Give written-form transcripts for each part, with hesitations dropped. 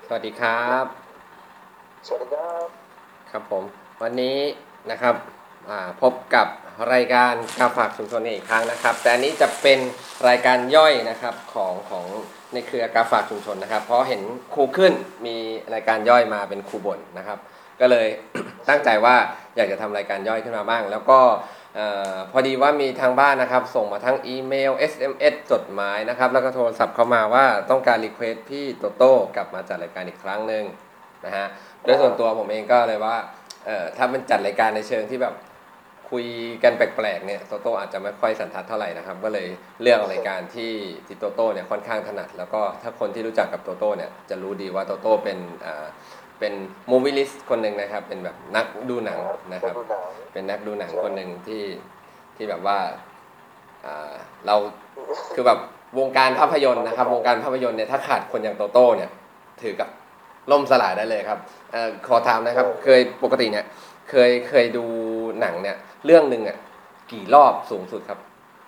สวัสดีครับสวัสดีครับครับผมวันนี้นะครับพบกับรายการการฝากชุมชนอีกครั้งนะครับแต่อันนี้จะเป็นรายการย่อยนะครับของในเครือการฝากชุมชนนะครับเพราะเห็นครูขึ้นมีรายการย่อยมาเป็นครูบ่นนะครับก็เลย ตั้งใจว่าอยากจะทำรายการย่อยขึ้นมาบ้างแล้วก็พอดีว่ามีทางบ้านนะครับส่งมาทั้งอีเมล SMS จดหมายนะครับแล้วก็โทรศัพท์เข้ามาว่าต้องการรีเควสพี่โตโต้กลับมาจัดรายการอีกครั้งหนึ่งนะฮะโดยส่วนตัวผมเองก็เลยว่าถ้ามันจัดรายการในเชิงที่แบบคุยกันแปลกๆเนี่ยโตโต้อาจจะไม่ค่อยสันทัดเท่าไหร่นะครับก็เลยเลือกรายการที่โตโต้เนี่ยค่อนข้างถนัดแล้วก็ถ้าคนที่รู้จักกับโตโต้เนี่ยจะรู้ดีว่าโตโต้เป็นมูวี่ลิสต์คนหนึ่งนะครับเป็นแบบนักดูหนังนะครับเป็นนักดูหนังคนหนึ่งที่แบบว่าเราคือแบบวงการภาพยนตร์นะครับวงการภาพยนตร์เนี่ยถ้าขาดคนอย่างโตโต้เนี่ยถือกับล่มสลายได้เลยครับขอถามนะครับเคยปกติเนี่ยเคยดูหนังเนี่ยเรื่องหนึ่งอ่ะกี่รอบสูงสุดครับ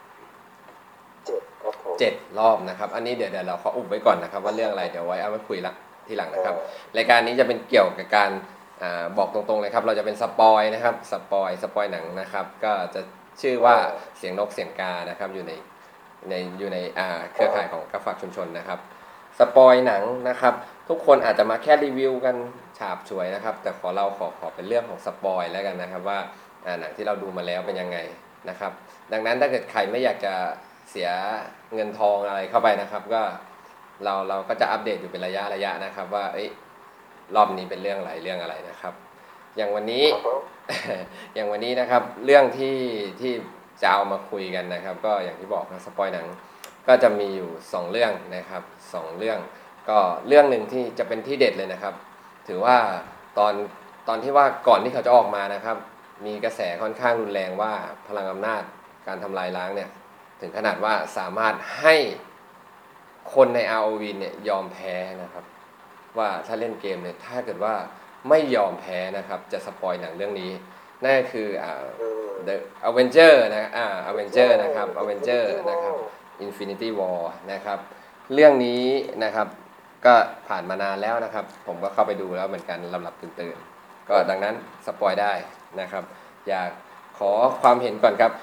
7ครับผม 7 รอบนะครับอันนี้เดี๋ยวเราขออุบไว้ก่อนนะครับว่าเรื่องอะไรเดี๋ยวไว้เอามาคุยละทีหลังนะครับรายการนี้จะเป็นเกี่ยวกับการบอกตรงๆเลยครับเราจะเป็นสปอยนะครับสปอยหนังนะครับก็จะชื่อว่าเสียงนกเสียงกานะครับอยู่ในเครือข่ายของกระฝากชุมชนนะครับสปอยหนังนะครับทุกคนอาจจะมาแค่รีวิวกันฉาบฉวยนะครับแต่ขอเป็นเรื่องของสปอยแล้วกันนะครับว่าหนังที่เราดูมาแล้วเป็นยังไงนะครับดังนั้นถ้าเกิดใครไม่อยากจะเสียเงินทองอะไรเข้าไปนะครับก็เราก็จะอัปเดตอยู่เป็นระยะนะครับว่ารอบนี้เป็นเรื่องอะไรนะครับอย่างวันนี้ อย่างวันนี้นะครับเรื่องที่จะเอามาคุยกันนะครับก็อย่างที่บอกนะสปอยหนังก็จะมีอยู่2เรื่องนะครับ2 เรื่องก็เรื่องหนึ่งที่จะเป็นที่เด็ดเลยนะครับถือว่าตอนตอนที่ว่าก่อนที่เขาจะออกมานะครับมีกระแสค่อนข้างรุนแรงว่าพลังอำนาจการทำลายล้างเนี่ยถึงขนาดว่าสามารถให้คนใน ROV เนี่ยยอมแพ้นะครับว่าถ้าเล่นเกมเนี่ยถ้าเกิดว่าไม่ยอมแพ้นะครับจะสปอยหนังเรื่องนี้นั่นก็คือThe Avenger นะAvenger นะครับ Avenger นะครับ Infinity War นะครับเรื่องนี้นะครับก็ผ่านมานานแล้วนะครับผมก็เข้าไปดูแล้วเหมือนกันหลับตื่นก็ดังนั้นสปอยได้นะครับอยากขอความเห็นก่อนครับ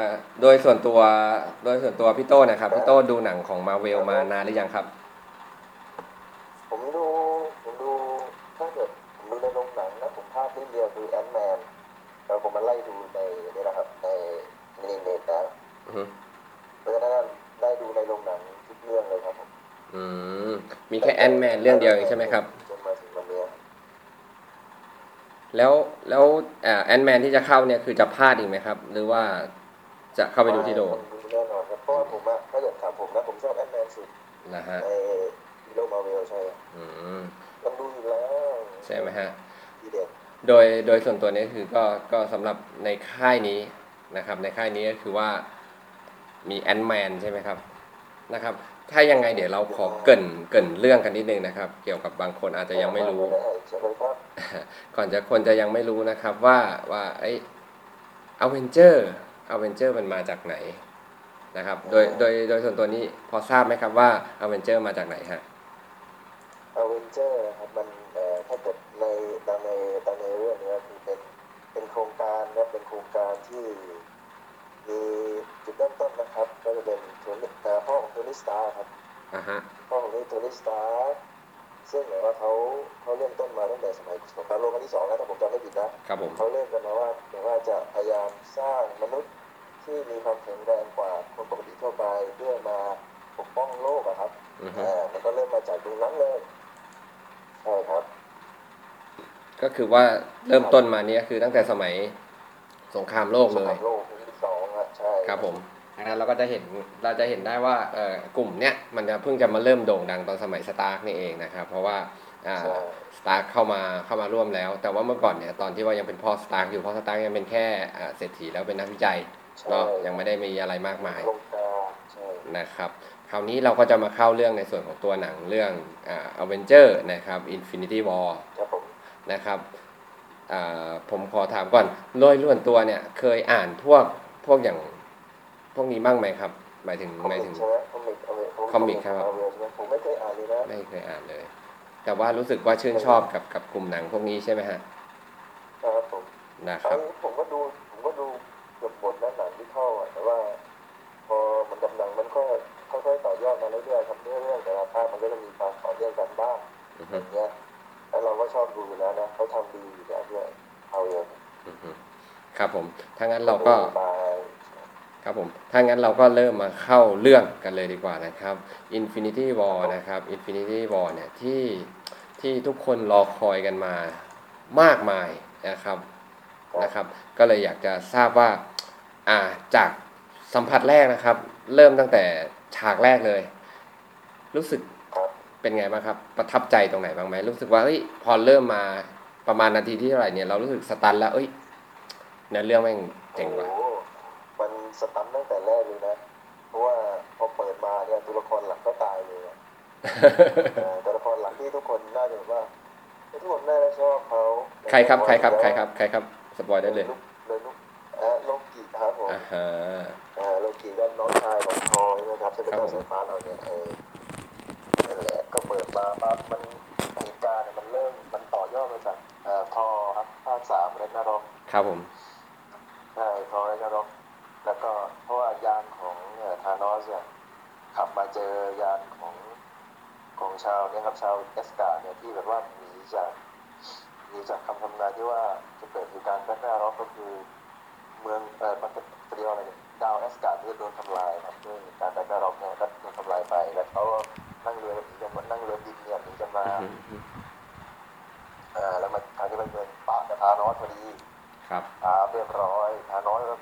โดยส่วนตัวพี่โต้นะครับพี่โต้ดูหนังของ Marvel มานานหรือยังครับผมดูถ้าเกิดผมดูในโรงหนังนะผมพลาดเรื่องเดียวคือแอนท์แมนแล้วผมมาไล่ดูในนี่นะครับในมินิเน็ตนะเพราะฉะนั้นได้ดูในโรงหนังทุกเรื่องเลยครับผมอืมมีแค่แอนแมนเรื่องเดียวเองใช่ไหมครับจนมาถึงวันนี้แล้วแอนแมนที่จะเข้าเนี่ยคือจะพลาดอีกไหมครับหรือว่าจะเข้าไปดูที่โรงต้องดูแน่นอนครับเพราะว่าผมอะถ้าเกิดถามผมนะผมชอบแอนท์แมนสุดนะฮะในฮีโร่มาร์เวลใช่อืมต้องดูอยู่แล้วใช่ไหมฮะทีเด็ดโดยส่วนตัวนี้คือก็สำหรับในค่ายนี้นะครับในค่ายนี้ก็คือว่ามีแอนแมนใช่ไหมครับนะครับถ้ายังไงเดี๋ยวเราขอเกริ่นเรื่องกันนิดนึงนะครับเกี่ยวกับบางคนอาจจะยังไม่รู้ใช่ไหมครับก่อนจะคนจะยังไม่รู้นะครับว่าอเวนเจอร์อเวนเจอร์มันมาจากไหนนะครับโดยส่วนตัวนี้พอทราบไหมครับว่าอเวนเจอร์มาจากไหนฮะอเวนเจอร์ครับมันถ้าเกิดในตามในเรื่องนี้คือเป็นโครงการนะเป็นโครงการที่มีจุดเริ่มต้นนะครับก็จะเป็นพ่อของโทนี่สตาร์ครับอ่าฮะพ่อของโทนี่สตาร์ซึ่งว่าเขาเริ่มต้นมาตั้งแต่สมัยสงครามโลกครั้งที่2นะถ้าผมจำไม่ผิดนะครับผมเขาเริ่มกันมาว่าแบบว่าจะพยายามสร้างมนุษย์ที่มีความแข็งแรงกว่าคนปกติทั่วไปเพื่อมาปกป้องโลกอะครับอือฮึมันก็เริ่มมาจากตรงนั้นเลยใช่ครับก็คือว่าเริ่มต้นมาเนี้ยคือตั้งแต่สมัยสงครามโลกเลยสงครามโลกครั้งที่2อ่ะใช่ครับผมดังนั้นเราจะเห็นได้ว่ากลุ่มเนี้ยมันจะเพิ่งจะมาเริ่มโด่งดังตอนสมัยสตาร์กนี่เองนะครับเพราะว่าใช่สตาร์กเข้ามาร่วมแล้วแต่ว่าเมื่อก่อนเนี่ยตอนที่ว่ายังเป็นพ่อสตาร์กอยู่พ่อสตาร์กยังเป็นแค่เศรษฐีแล้วเป็นนักวิจัยใช่เนาะยังไม่ได้มีอะไรมากมายลงกาใช่นะครับคราวนี้เราก็จะมาเข้าเรื่องในส่วนของตัวหนังเรื่องอเวนเจอร์นะครับ Infinity War ครับผมนะครับผมขอถามก่อนโดยส่วนตัวเนี่ยเคยอ่านพวกอย่างพวกนี้บ้างไหมครับหมายถึงคอมิกใช่ไหมคอมิกคอมิกครับเอาเวลใช่ไหมผมไม่เคยอ่านเลยนะไม่เคยอ่านเลยแต่ว่ารู้สึกว่าชื่นชอบกับกลุ่มหนังพวกนี้ใช่ไหมฮะนะครับผมนะครับผมก็ดูเกือบหมดแล้วหนังที่เข้าอ่ะแต่ว่าพอมันกำลังมันก็ค่อยๆต่อยอดมาเรื่อยๆครับเรื่อยๆแต่ละภาคมันก็จะมีความต่อเนื่องกันบ้างอือฮึอย่างเงี้ยแล้วเราก็ชอบดูอยู่แล้วนะเขาทำดีอยู่แล้วด้วยเอาเองอือฮึครับผมถ้างั้นก็ดูเราก็มาครับผมถ้างั้นเราก็เริ่มมาเข้าเรื่องกันเลยดีกว่านะครับ Infinity ครั War บผมนะครับ Infinity War เนี่ยที่ทุกคนรอคอยกันมามากมายนะครับครับนะครับก็เลยอยากจะทราบว่าจากสัมผัสแรกนะครับเริ่มตั้งแต่ฉากแรกเลยรู้สึกครับเป็นไงบ้างครับประทับใจตรงไหนบ้างไหมรู้สึกว่าเฮ้ยพอเริ่มมาประมาณนาทีที่เท่าไหร่เนี่ยเรารู้สึกสตันแล้วเอ้ยเนื้อเรื่องแม่งโอ้เจ๋งว่ะมันสตันตั้งแต่แรกเลยนะเพราะว่าพอเปิดมาเนี่ยตัวละครหลักก็ตายเลยอะ ตัวละครหลักที่ทุกคนน่าจะแบบว่าทุกคนน่าจะชอบเขาใครครับเพราะใครครับใครว่าครับใครครับสปอยได้เลยเลยลุกโลกิครับผมอ่าฮะโลกิก็น้องชายของทอยนะครับจะคเป็นรับผมดาวสายฟ้าเราเนี่ยนั่นแหละก็เปิดมาปั๊บมันเหตุการณ์เนี่ยมันเริ่มมันต่อยอดมาจากทอครับภาค3เรนนารอกครับผมใช่ทอเรนนารอกแล้วก็เพราะว่ายานของธานอสเนี่ยขับมาเจอยานของชาวเนี่ยครับชาวเอสการ์เนี่ยที่แบบว่าหนีจากคำทำนายที่ว่าจะเกิดเหตุการณ์แรกนาร็อกก็คือเมืองมันเป็นเรียกว่าอะไรเนี่ยดาวเอสการ์ที่จะโดนทำลายครับด้วยการแรกนาร็อกเนี่ยก็โดนทำลายไปแล้วเขานั่งเรือหนีกันนั่งเรือบินเนี่ยหนีกันมาแล้วมันคราวนี้มันเมืองปะกับทานอสพอดีครับเรียบร้อยทานอสก็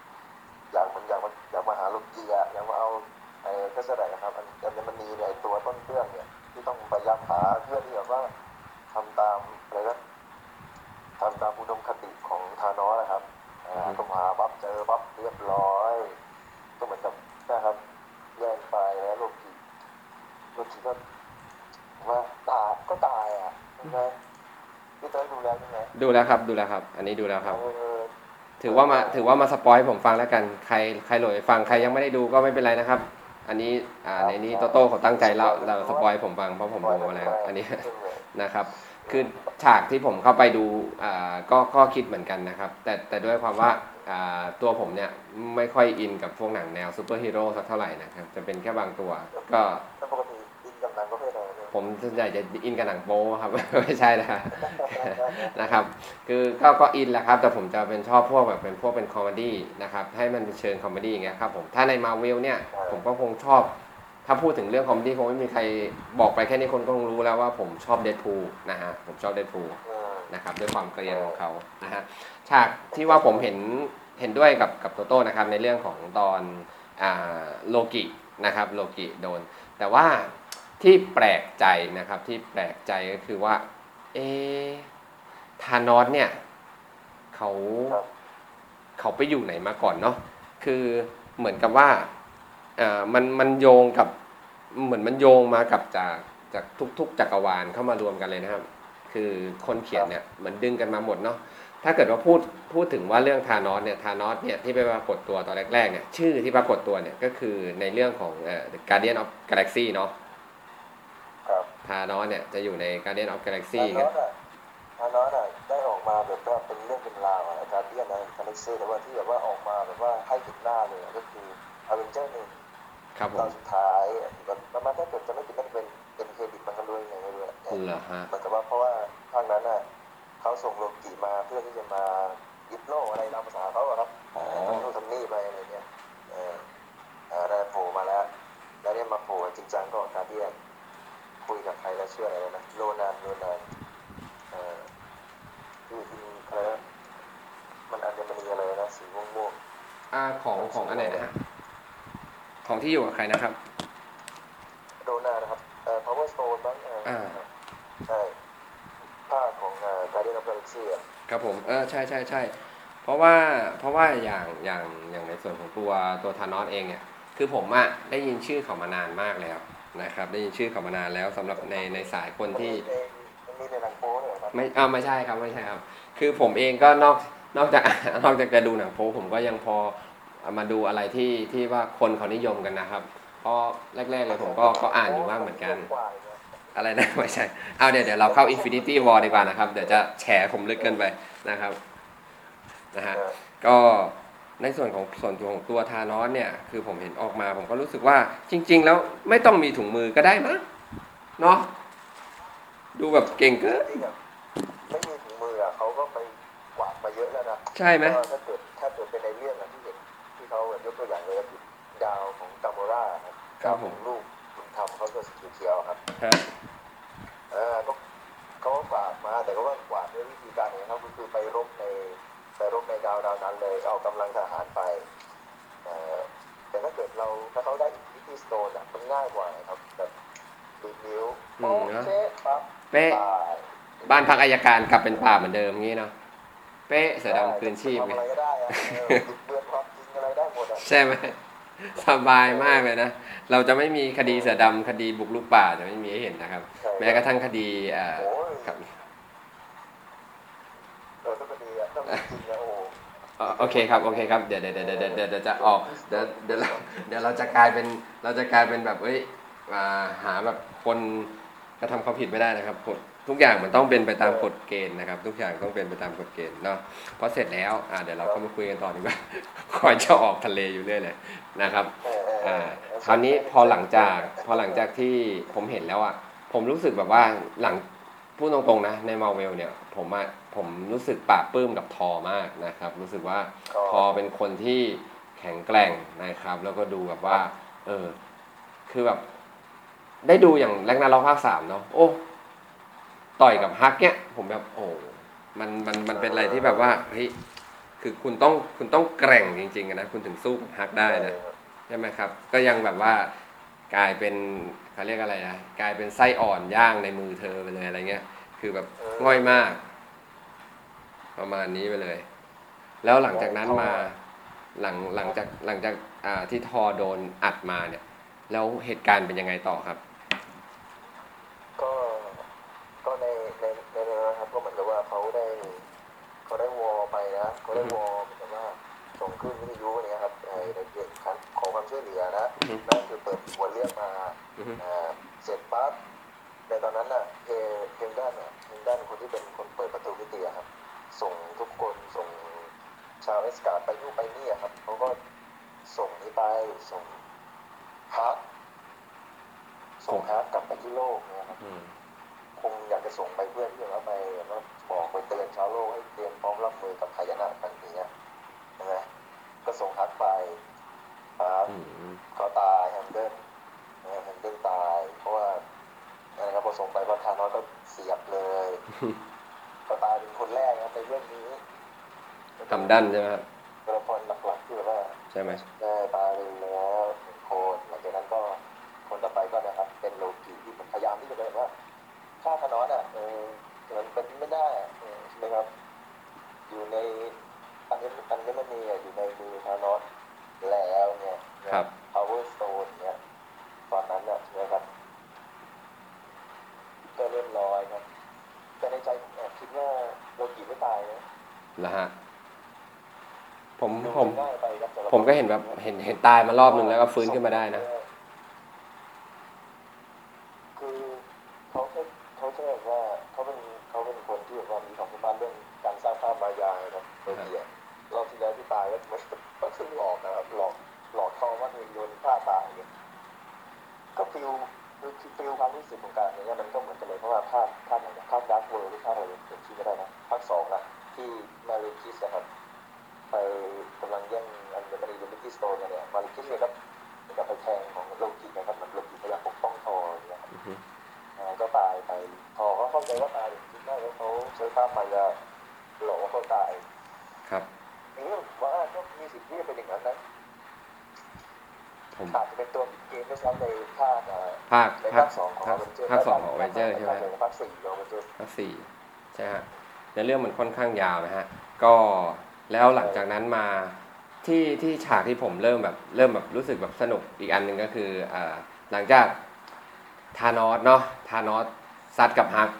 อยากมาหาลูกเกียร์อยากมาเอาก็แสดงนะครับอัญมณีเนี่ยตัวต้นเรื่องเนี่ยที่ต้องพยายามหาเพื่อที่แบบว่าทำตามอะไรนะทำตามอุดมคติของธานอสนะครับก็มาปั๊บเจอปั๊บเรียบร้อยก็เหมือนกับนะครับแย่งไปแล้วโลกิก็ว่าตายอ่ะใช่ไหมพี่เต้ยดูแล้วใช่ไหมดูแล้วครับดูแล้วครับอันนี้ดูแล้วครับเออถือว่ามาสปอยให้ผมฟังแล้วกันใครโหลดไปฟังใครยังไม่ได้ดูก็ไม่เป็นไรนะครับอันนี้ในนี้โตโต้เขาตั้งใจเล่าเราสปอยให้ผมฟังเพราะผมดูมาแล้วอันนี้ นะครับคือฉากที่ผมเข้าไปดูก็คิดเหมือนกันนะครับแต่ด้วยความว่าตัวผมเนี่ยไม่ค่อยอินกับพวกหนังแนวซูเปอร์ฮีโร่สักเท่าไหร่นะครับจะเป็นแค่บางตัวก็ปกติดินกำลังก็ไม่ได้เลยผมส่วนใหญ่จะอินกับหนังโป๊ครับ ไม่ใช่นะนะครับคือก็อินแหละครับแต่ผมจะเป็นชอบพวกแบบเป็นคอมเมดี้นะครับให้มันเป็นเชิงคอมเมดี้อย่างเงี้ยครับผมถ้าในมาเวลเนี่ยผมก็คงชอบถ้าพูดถึงเรื่องคอมเมดี้คงไม่มีใครบอกไปแค่นี้คนก็คงรู้แล้วว่าผมชอบเดดพูลนะฮะผมชอบเดดพูลนะครับด้วยความเกรียนของเขานะฮะฉากที่ว่าผมเห็นด้วยกับโตโต้นะครับในเรื่องของตอนโลกินะครับโลกิโดนแต่ว่าที่แปลกใจนะครับที่แปลกใจก็คือว่าเอธานอสเนี่ยเขาเขาไปอยู่ไหนมาก่อนเนาะคือเหมือนกับว่ามันโยงกับเหมือนมันโยงมากับจากทุกๆจักรวาลเข้ามารวมกันเลยนะครับคือคนเขียนเนี่ยเหมือนดึงกันมาหมดเนาะถ้าเกิดว่าพูดถึงว่าเรื่องธานอสเนี่ยที่ไปปรากฏตัวตอนแรกๆเนี่ยชื่อที่ปรากฏตัวเนี่ยก็คือในเรื่องของThe Guardian of Galaxy เนาะธานอสเนี่ยจะอยู่ใน Guardian of ธา Galaxy นอสอ่ะธานอสอ่ะได้ออกมาแบบว่าเป็นเรื่องเป็นราวอ่ะการเดียนนะกาแล็กซี่แต่ว่าที่แบบว่าออกมาแบบว่าให้ถึงหน้าเลยก็คืออเวนเจอร์หนึ่งครับผมตอนสุดท้ายแบบประมาณถ้าเกิดจะไม่ผิดน่าจะเป็นเครดิตมันกันด้วยไงไม่รู้เหรอฮะเหมือนกับว่าเพราะว่าภาคนั้นอ่ะเขาส่งโลกิมาเพื่อที่จะมายึดโลกอะไรตามภาษาเขาอะครับทำนู่นทำนี่ไปอะไรเงี้ยได้โผล่มาแล้วเนี่ยมาโผล่จริงจังก็การเดียนคุยกับใครแล้วเชื่ออะไรนะโรนานที่อะไรนะมันอัญมณีอะไรนะสีม่วงของอันไหนนะฮะของที่อยู่กับใครนะครับโรนานนะครับPower Stone บ้างใช่ภาคของGuardian of Galaxy อ่ะครับผมใช่เพราะว่าอย่างในส่วนของตัวธานอสเองเนี่ยคือผมอะได้ยินชื่อเขามานานมากแล้วนะครับได้ยินชื่อเขามานานแล้วสำหรับในสายคนที่มันมีในหนังโป๊เลยครับไม่ใช่ครับไม่ใช่ครับคือผมเองก็นอกจากนอกจากจะดูหนังโป๊ผมก็ยังพอมาดูอะไรที่ว่าคนเขานิยมกันนะครับเพราะแรกๆเลยผมก็อ่านอยู่บ้างเหมือนกันอะไรนะ ไม่ใช่เอาเดี๋ยวเราเข้า Infinity War ดีกว่านะครับเดี๋ยวจะแฉผมลึกเกินไปนะครับนะฮะก็ในส่วนของตัวธานอสเนี่ยคือผมเห็นออกมาผมก็รู้สึกว่าจริงๆแล้วไม่ต้องมีถุงมือก็ได้มั้งเนาะดูแบบเก่งเกินจริงๆอะไม่มีถุงมืออะเขาก็ไปกวาดมาเยอะแล้วนะใช่ไหมก็ถ้าเกิดเป็นในเรื่องอะที่เห็นที่เขายกตัวอย่างเลยก็คือดาวของกัมโบราครับครับดาวผขมองลูกบุญธรรมเขาตัวสีเขียวๆครับฮะก็เขาก็กวาดมาแต่ก็ว่ากวาดด้วยวิธีการของเขาก็คือไปรบในดาวนั้นเลยเอากำลังทหารไปเอ่อแต่ถ้าเขาได้อินฟินิตี้สโตนอะมันง่ายกว่าครับแบบดูดนิ้วโป๊ะเป๊ะปั๊บเป๊ะตายบ้านพักอัยการกลับเป็นป่าเหมือนเดิมงี้เนาะเป๊ะเสือดำคืนชีพทำไงอะไรก็ได้อะบิดเบือนความจริงอะไรได้หมดอะใช่ไหมสบายมากเลยนะเราจะไม่มีคดีเสือดำคดีบุกรุกป่าจะไม่มีให้เห็นนะครับ แม้กระทั่งคดีโอ้ยครับถ้าเป็นดีอะถ้าเป็นจริงนะโอ้โอเคครับโอเคครับเดี๋ยวจะออกเดี๋ยวเราจะกลายเป็นแบบหาแบบคนกระทำความผิดไม่ได้นะครับกฎทุกอย่างมันต้องเป็นไปตามกฎเกณฑ์นะครับทุกอย่างต้องเป็นไปตามกฎเกณฑ์เนาะพอเสร็จแล้วเดี๋ยวเราเข้ามาคุยกันต่อดีกว่า คอยจะออกทะเลอยู่เรื่อยเลยนะครับคราวนี้พอหลังจากที่ผมเห็นแล้วผมรู้สึกแบบว่าหลังพูดตรงๆนะในมาร์เวลเนี่ยผมรู้สึกปลาบปลื้มกับทอมากนะครับรู้สึกว่าทอเป็นคนที่แข็งแกร่งนะครับแล้วก็ดูแบบว่าคือแบบได้ดูอย่างแร็กนาร็อกภาค 3เนาะโอ้ต่อยกับฮักเนี่ยผมแบบโอ้มันเป็นอะไรที่แบบว่าเฮ้ยคือคุณต้องแกร่งจริงๆนะคุณถึงสู้กับฮักได้นะใช่ไหมครับก็ยังแบบว่ากลายเป็นเขาเรียกอะไรนะกลายเป็นไส้อ่อนย่างในมือเธอไปเลยอะไรเงี้ยคือแบบง่อยมากประมาณนี้ไปเลย แล้วหลังจากนั้นมาหลังจากที่ทอโดนอัดมาเนี่ยแล้วเหตุการณ์เป็นยังไงต่อครับก็ก็ในนะครับก็เหมือนกับว่าเขาได้วอลไปนะเขาได้วอลเหมือนกับว่าส่งขึ้นวิทยุเนี่ยครับในเรื่องขอความช่วยเหลือนะนั่นคือเปิดหัวเรื่องมาเสร็จปั๊บในตอนนั้นน่ะเฮมดันคนที่เป็นคนเปิดประตูมิติอะครับส่งทุกคนส่งชาวเอสการ์ดไปนู่นไปนี่อะครับเขาก็ส่งนี้ไปส่งฮาร์ดกลับไปที่โลกนะครับคงอยากจะส่งไปเพื่อที่จะไปแล้วบอกไปเตือนชาวโลกให้เตรียมพร้อมรับมือกับพายุครั้งนี้ใช่ไหมก็ส่งฮาร์ดไปเขาตายแฮมเดิลตายเพราะว่านะครับพอส่งไปพอทานอสก็เสียบเลยก็ตายเป็นคนแรกนะในเรื่องนี้ทำดันใช่ไหมครับตัวละครหลักๆที่แบบว่าใช่ไหมได้ตายไปแล้วหนึ่งคนหลังจากนั้นก็คนต่อไปก็นะครับเป็นโลกิที่พยายามที่จะแบบว่าฆ่าธานอสมันเป็นไม่ได้ใช่ไหมครับอยู่ในอันนี้มันมีอยู่ในมือธานอสแล้วเนี่ย power stone เนี่ยตอนนั้นใช่ไหมครับก็เรียบร้อยครับแต่ในใจผมแอบคิดว่าโลกิไม่ตายนะแล้วฮะผมผมก็เห็นแบบเห็นตายมารอบนึงแล้วก็ฟื้นขึ้นมาได้นะคือเขาแค่แบบว่าเขาเป็นคนที่แบบว่ามีความสามารถเรื่องการสร้างภาพมายาครับโดยที่รอบที่แล้วที่ตายก็คือหลอกนะครับหลอกเขาว่าโยนฆ่าตายเนี่ยก็ฟิลความรู้สึกของการเนี่ยมันก็เหมือนกันเลยเพราะว่าภาคไหนภาคดาร์กเวิลด์หรือภาคอะไรผมคิดไม่ได้นะภาค2นะที่มาริคิสนะครับไปกำลังแย่งอัญมณีลูมิติสโตนกันเนี่ยมาริคิสเนี่ยครับกับไปแทงของโลกินะครับมันโลกิพยายามปกป้องทอเนี่ยก็ตายไปทอเขาเข้าใจว่าตายจริงๆแล้วเขาใช้ภาพมายาหลอกว่าเขาตายครับว่าก็มีสิทธิ์ที่จะเป็นอย่างนั้นนะอาจจะเป็นตัวเกมด้วยซ้ำในภาค2ของภาค2ของอเวนเจอร์ใช่ไหมภาค4ของอเวนเจอร์ภาค4ใช่ฮะในเรื่องมันค่อนข้างยาวนะฮะก็แล้วหลังจากนั้นมาที่ฉากที่ผมเริ่มแบบรู้สึกแบบสนุกอีกอันหนึ่งก็คือหลังจากธานอสเนาะธานอสซัดกับฮัก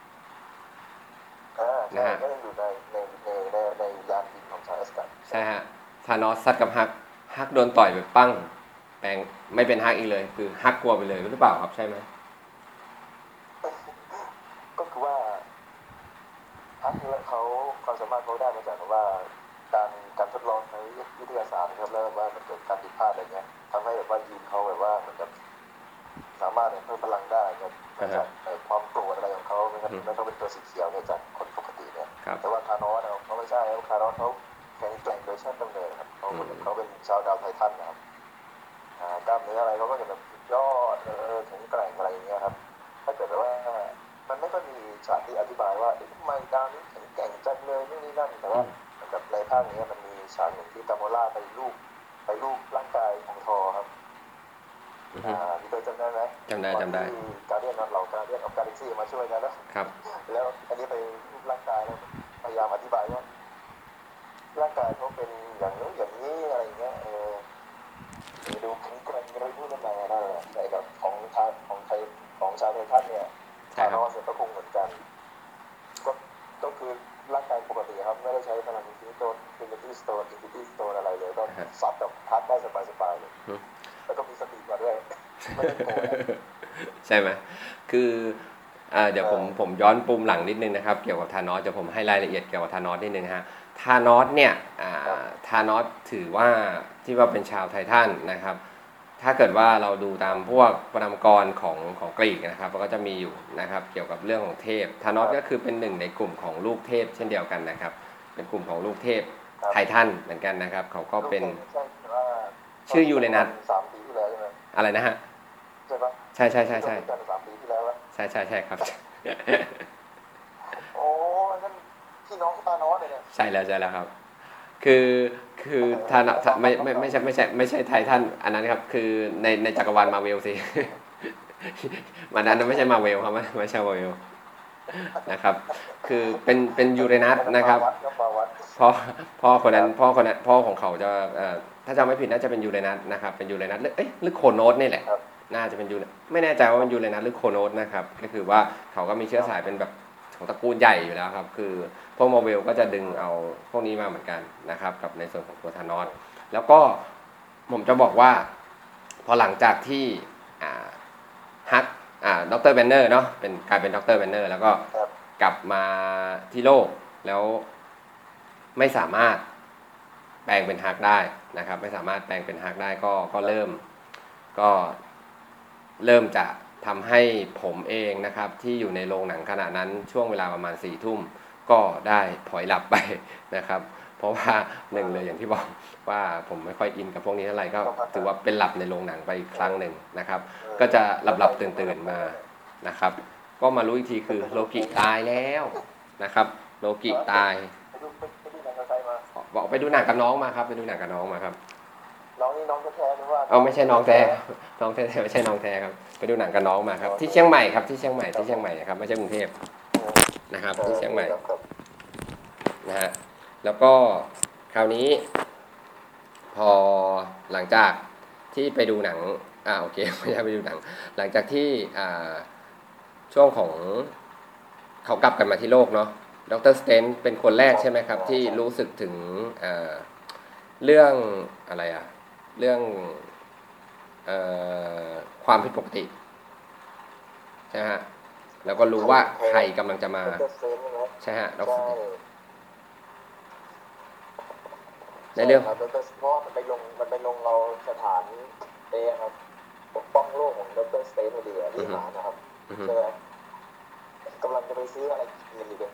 นะฮะก็ยังอยู่ในยานบินของชาวเอสการ์ใช่ฮะธานอสซัดกับฮักโดนต่อยแบบปั้งแปลงไม่เป็นฮักอีกเลยคือฮักกลัวไปเลยหรือเปล่าครับใช่ไหมความสามารถเขาได้มาจากแบบว่าการทดลองในวิทยาศาสตร์ครับแล้วแบบว่ามันเกิดการผิดพลาดอะไรเงี้ยทำให้แบบว่ายีนเขาแบบว่าเหมือนกับสามารถเพิ่มพลังได้ครับมาจากความโกรธอะไรของเขานะครับแล้วก็เป็นตัวสีเขียวเนี่ยจากคนปกติเนี่ยครับแต่ว่าคาร์นอสเขาไม่ใช่คาร์นอสเขาแข็งแกร่งโดยชาติกำเนิดครับเขาเป็นชาวดาวไททันนะครับกล้ามเนื้ออะไรเขาก็จะแบบสุดยอดแข็งแกร่งอะไรอย่างเงี้ยครับถ้าเกิดแบบว่ามันไม่ค่อยมีฉากที่อธิบายว่าทำไมดาวนี้แข็งแกร่งจังเลยนู่นนี่นั่นแต่ว่าแบบในภาคนี้มันมีฉากหนึ่งที่กาโมล่าไปลูบร่างกายของทอครับพี่เคยจำได้ไหมจำได้การเดียนเราการเดียนออฟกาแล็กซี่มาช่วยกันครับแล้วอันนี้ไปรูปร่างกายแล้วพยายามอธิบายว่าร่างกายเขาเป็นอย่างนู้นอย่างนี้อะไรเงี้ยดูแข็งแกร่งอะไรพูดนั่นแหละนั่นแหละในแบบของไทยของชาวไทยท่านเนี่ยชาวโนอสก็คงเหมือนกันก็คือร่างกายปกติครับไม่ได้ใช้พลังอินฟินิตี้สโตนอะไรเลยก็ซับแบบพัดได้สบายเลยแล้วก็มีสติกว่าด้วยไม่ได้โกรธใช่ไหมคือเดี๋ยวผมย้อนปูมหลังนิดนึงนะครับเกี่ยวกับธานอสจะผมให้รายละเอียดเกี่ยวกับธานอสนิดนึงฮะธานอสเนี่ยธานอสถือว่าที่ว่าเป็นชาวไททันนะครับถ้าเกิดว่าเราดูตามพวกวรรณกรของกรีกนะครับก็จะมีอยู่นะครับเกี่ยวกับเรื่องของเทพธานอสก็คือเป็นหนึ่งในกลุ่มของลูกเทพเช่นเดียวกันนะครับเป็นกลุ่มของลูกเทพไททันเหมือนกันนะครับเขาก็เป็นชื่อยูเรนัส 3 ปีที่แล้วใช่ไหมอะไรนะฮะใช่ปะใช่ 3 ปีที่แล้วใช่ครับโอ้นั่นพี่น้องตานอสเลยเนี่ยใช่แล้วครับคือท่านไม่ใช่ไททันอันนั้นครับคือในจักรวาลมาเวลสิมันนั้นไม่ใช่มาเวลครับไม่ใช่มาเวลนะครับคือเป็นยูเรนัสนะครับพ่อคนนั้นพ่อของเขาจะถ้าจำไม่ผิดน่าจะเป็นยูเรนัสนะครับเป็นยูเรนัสหรือโคโนสนี่แหละน่าจะเป็นยูไม่แน่ใจว่าเป็นยูเรนัสหรือโคโนสนะครับก็คือว่าเขาก็มีเชื้อสายเป็นแบบของตระกูลใหญ่อยู่แล้วครับคือพวกมาเวลก็จะดึงเอาพวกนี้มาเหมือนกันนะครับกับในส่วนของตัวธานอสแล้วก็ผมจะบอกว่าพอหลังจากที่ฮักดรแบนเนอร์เนาะกลายเป็นดรแบนเนอร์แล้วก็กลับมาที่โลกแล้วไม่สามารถแปลงเป็นฮักได้นะครับไม่สามารถแปลงเป็นฮักได้ก็เริ่มจะทำให้ผมเองนะครับที่อยู่ในโรงหนังขณะนั้นช่วงเวลาประมาณ4 ทุ่มก็ได้พลอยหลับไปนะครับเพราะว่าหนึ่งเลยอย่างที่บอกว่าผมไม่ค่อยอินกับพวกนี้เท่าไหร่ก็ถือว่าเป็นหลับในโรงหนังไปอีกครั้งหนึ่งนะครับก็จะหลับตื่นมานะครับก็มารู้อีกทีคือโลกิตายแล้วนะครับโลกิตายบอกไปดูหนังกับน้องมาครับไปดูหนังกับน้องมาครับน้องนี่น้องแท้หรือว่าไม่ใช่น้องแท้ไม่ใช่น้องแท้ครับไปดูหนังกับน้องมาครับที่เชียงใหม่ครับที่เชียงใหม่ครับไม่ใช่กรุงเทพนะครับที่เชียงใหม่นะฮะแล้วก็คราวนี้พอหลังจากที่ไปดูหนังโอเคไม่ใช่ไปดูหนังหลังจากที่ช่วงของเขากลับกันมาที่โลกเนาะดร.สเตนเป็นคนแรกใช่ไหมครับที่รู้สึกถึงเรื่องอะไรเรื่องความผิดปกติใช่ฮะแล้วก็รู้ว่าใครกำลังจะมาใช่ฮะแล้วในเรื่องเพราะมันไปลงเราสถานครับปกป้องโลกของดร.สเตนพอดีที่หานะครับใช่ไหมกำลังจะไปซื้ออะไรกินอยู่เลย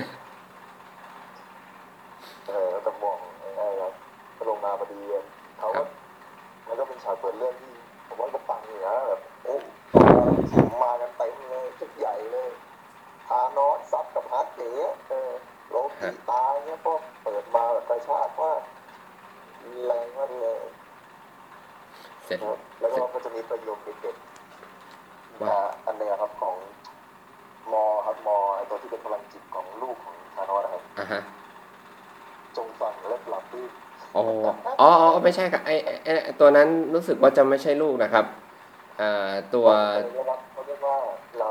กระบอกครับลงมาพอดีเขาก็มันก็เป็นฉากเปิดเรื่องที่ผมว่าก็ปังอยู่นะแบบมากันเต็มเลยชุดใหญ่เลยทานอสซับกับฮัทเก๋โลกิตายเนี่ยก็เปิดมาแบบกระชากว่าแรงมากเลยแล้วก็จะมีประโยคเด็ดๆอันนี้ครับของไอตัวที่เป็นพลังจิตของลูกของทานอสนะครับจงฟังและหลับดีไม่ใช่ครับไอตัวนั้นรู้สึกว่าจะไม่ใช่ลูกนะครับตัวเขาเรียกว่า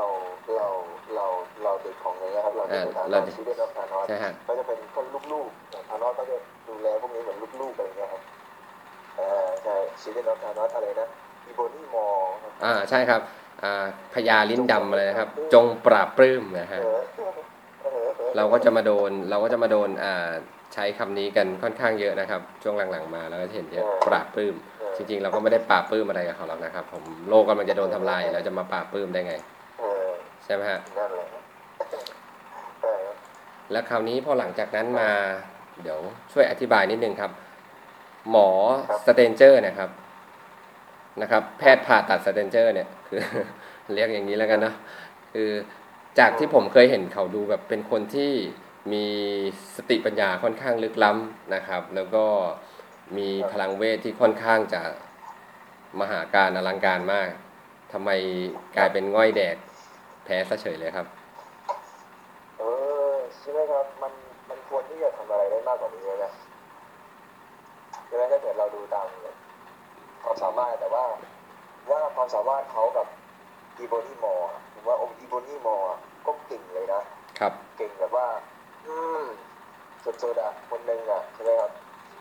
เราเด็กของนี้ครับเราเด็กของทานอสชีวิตของทานอสก็จะเป็นคนลูกๆทานอสก็จะดูแลพวกนี้เหมือนลูกๆอะไรเงี้ยครับใช่ชีวิตของทานอสอะไรนะอีโบนี่มอใช่ครับพญาลิ้นดำอะไรนะครับจงปราบปลื้มนะฮะเราก็จะมาโดนใช้คำนี้กันค่อนข้างเยอะนะครับ ช่วงหลังๆมาเราก็จะเห็นเยอะปราบปลื้มจริงๆเราก็ไม่ได้ปราบปลื้มอะไรกับเขาหรอกนะครับผมโลกกำลังจะโดนทำลายแล้วจะมาปราบปลื้มได้ไงเออใช่ไหมฮะนั่นแหละเออแล้วคราวนี้พอหลังจากนั้นมาเดี๋ยวช่วยอธิบายนิดนึงครับ หมอสเตนเจอร์นะครับแพทย์ผ่าตัดสเตนเจอร์เนี่ยคือ เรียกอย่างนี้แล้วกันเนาะคือจากที่ผมเคยเห็นเขาดูแบบเป็นคนที่มีสติปัญญาค่อนข้างลึกล้ำนะครับ แล้วก็มีพลังเวทที่ค่อนข้างจะมหาการอลังการมากทำไมกลายเป็นง่อยแดดแพ้ซะเฉยเลยครับเออใช่ไหมครับมันควรที่จะทำอะไรได้มากกว่านี้นะใช่ไหมถ้าเกิดเราดูตามความสามารถแต่ว่าความสามารถเขากับอีโบนี่มอร์ผมว่าอีโบนี่มอร์ก็เก่งเลยนะครับ เก่งแบบว่า อืมสุดๆคนหนึ่งใช่ไหมครับ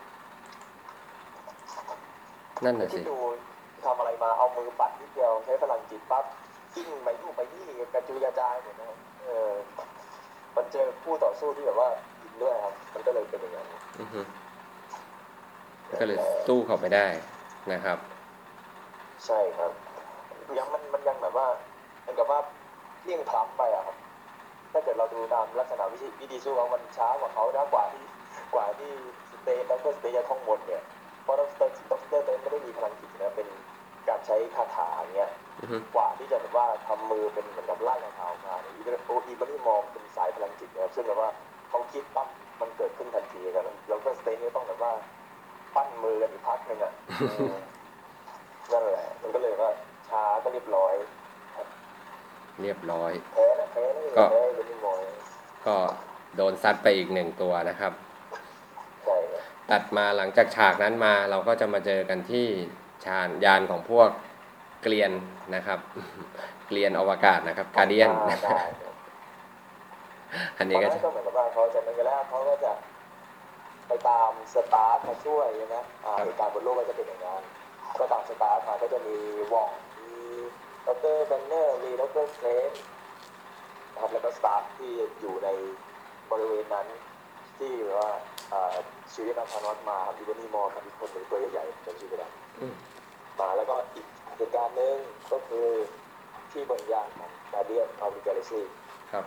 นั่นน่ะที่สิดูทำอะไรมาเอามือปัดนิดเดียวใช้พลังจิตปั๊บกิ้งไปนู่นไปนี่กระจุยกระจายหมดนะครับมันเจอคู่ต่อสู้ที่แบบว่าอินด้วยครับ มันก็เลยเป็นอย่างนั้นอือฮึก็เลยสู้เขาไม่ได้นะครับใช่ครับยังมันยังแบบว่าเหมือนกับว่าเลี่ยงพล้ำไปครับถ้าเกิดเราดูตามลักษณะวิธีสู้เขามันช้ากว่าเขานะกว่าที่สเตย์ดรสเตย์จะท่องมนต์เนี่ยเพราะดรไม่ได้มีพลังจิตนะเป็นการใช้คาถาอย่างเงี้ยอือฮึกว่าที่จะแบบว่าทำมือเป็นเหมือนกับไล่คาถาออกมาเนี่ยอีบันนี่มองเป็นสายพลังจิตนะครับซึ่งแบบว่าเขาคิดปั๊บมันเกิดขึ้นทันทีกันแล้วก็สเตย์นี่ต้องแบบว่าปั้นมือกันอยู่พักหนึ่งนั่นแหละมันก็เลยว่าช้าก็เรียบร้อยเรียบร้อยแพ้นะแพ้เป็นมวยก็โดนซัดไปอีกหนึ่งตัวนะครับใช่ครับตัดมาหลังจากฉากนั้นมาเราก็จะมาเจอกันที่ยานของพวกเกลียนนะครับ เกลียนอวกาศนะครับกาเดียนได้ครับอันตนี้อนก็นั้นจะก็เหมือนกับว่าเขาจะมันก็แล้วเขาก็จะไปตามสตาฟมาช่วยใช่ไหมเหตุการณ์บนโลกก็จะเป็นอย่างนั้นก็ตามสตาฟมาก็จะมีวองมีดรแบนเนอร์มีดรเทรนนะครับแล้วก็สตาฟที่อยู่ในบริเวณนั้นที่แบบว่าชีวิตนักพนันมาครับอีวานี่มอร์กับอีกคนหนึ่งตัวใหญ่ๆจำชื่อไม่ได้อืมมาแล้วก็อีกเหตุการณ์หนึ่งก็คือที่บนยานของกาเดียนออฟกาแล็กซี่ครับ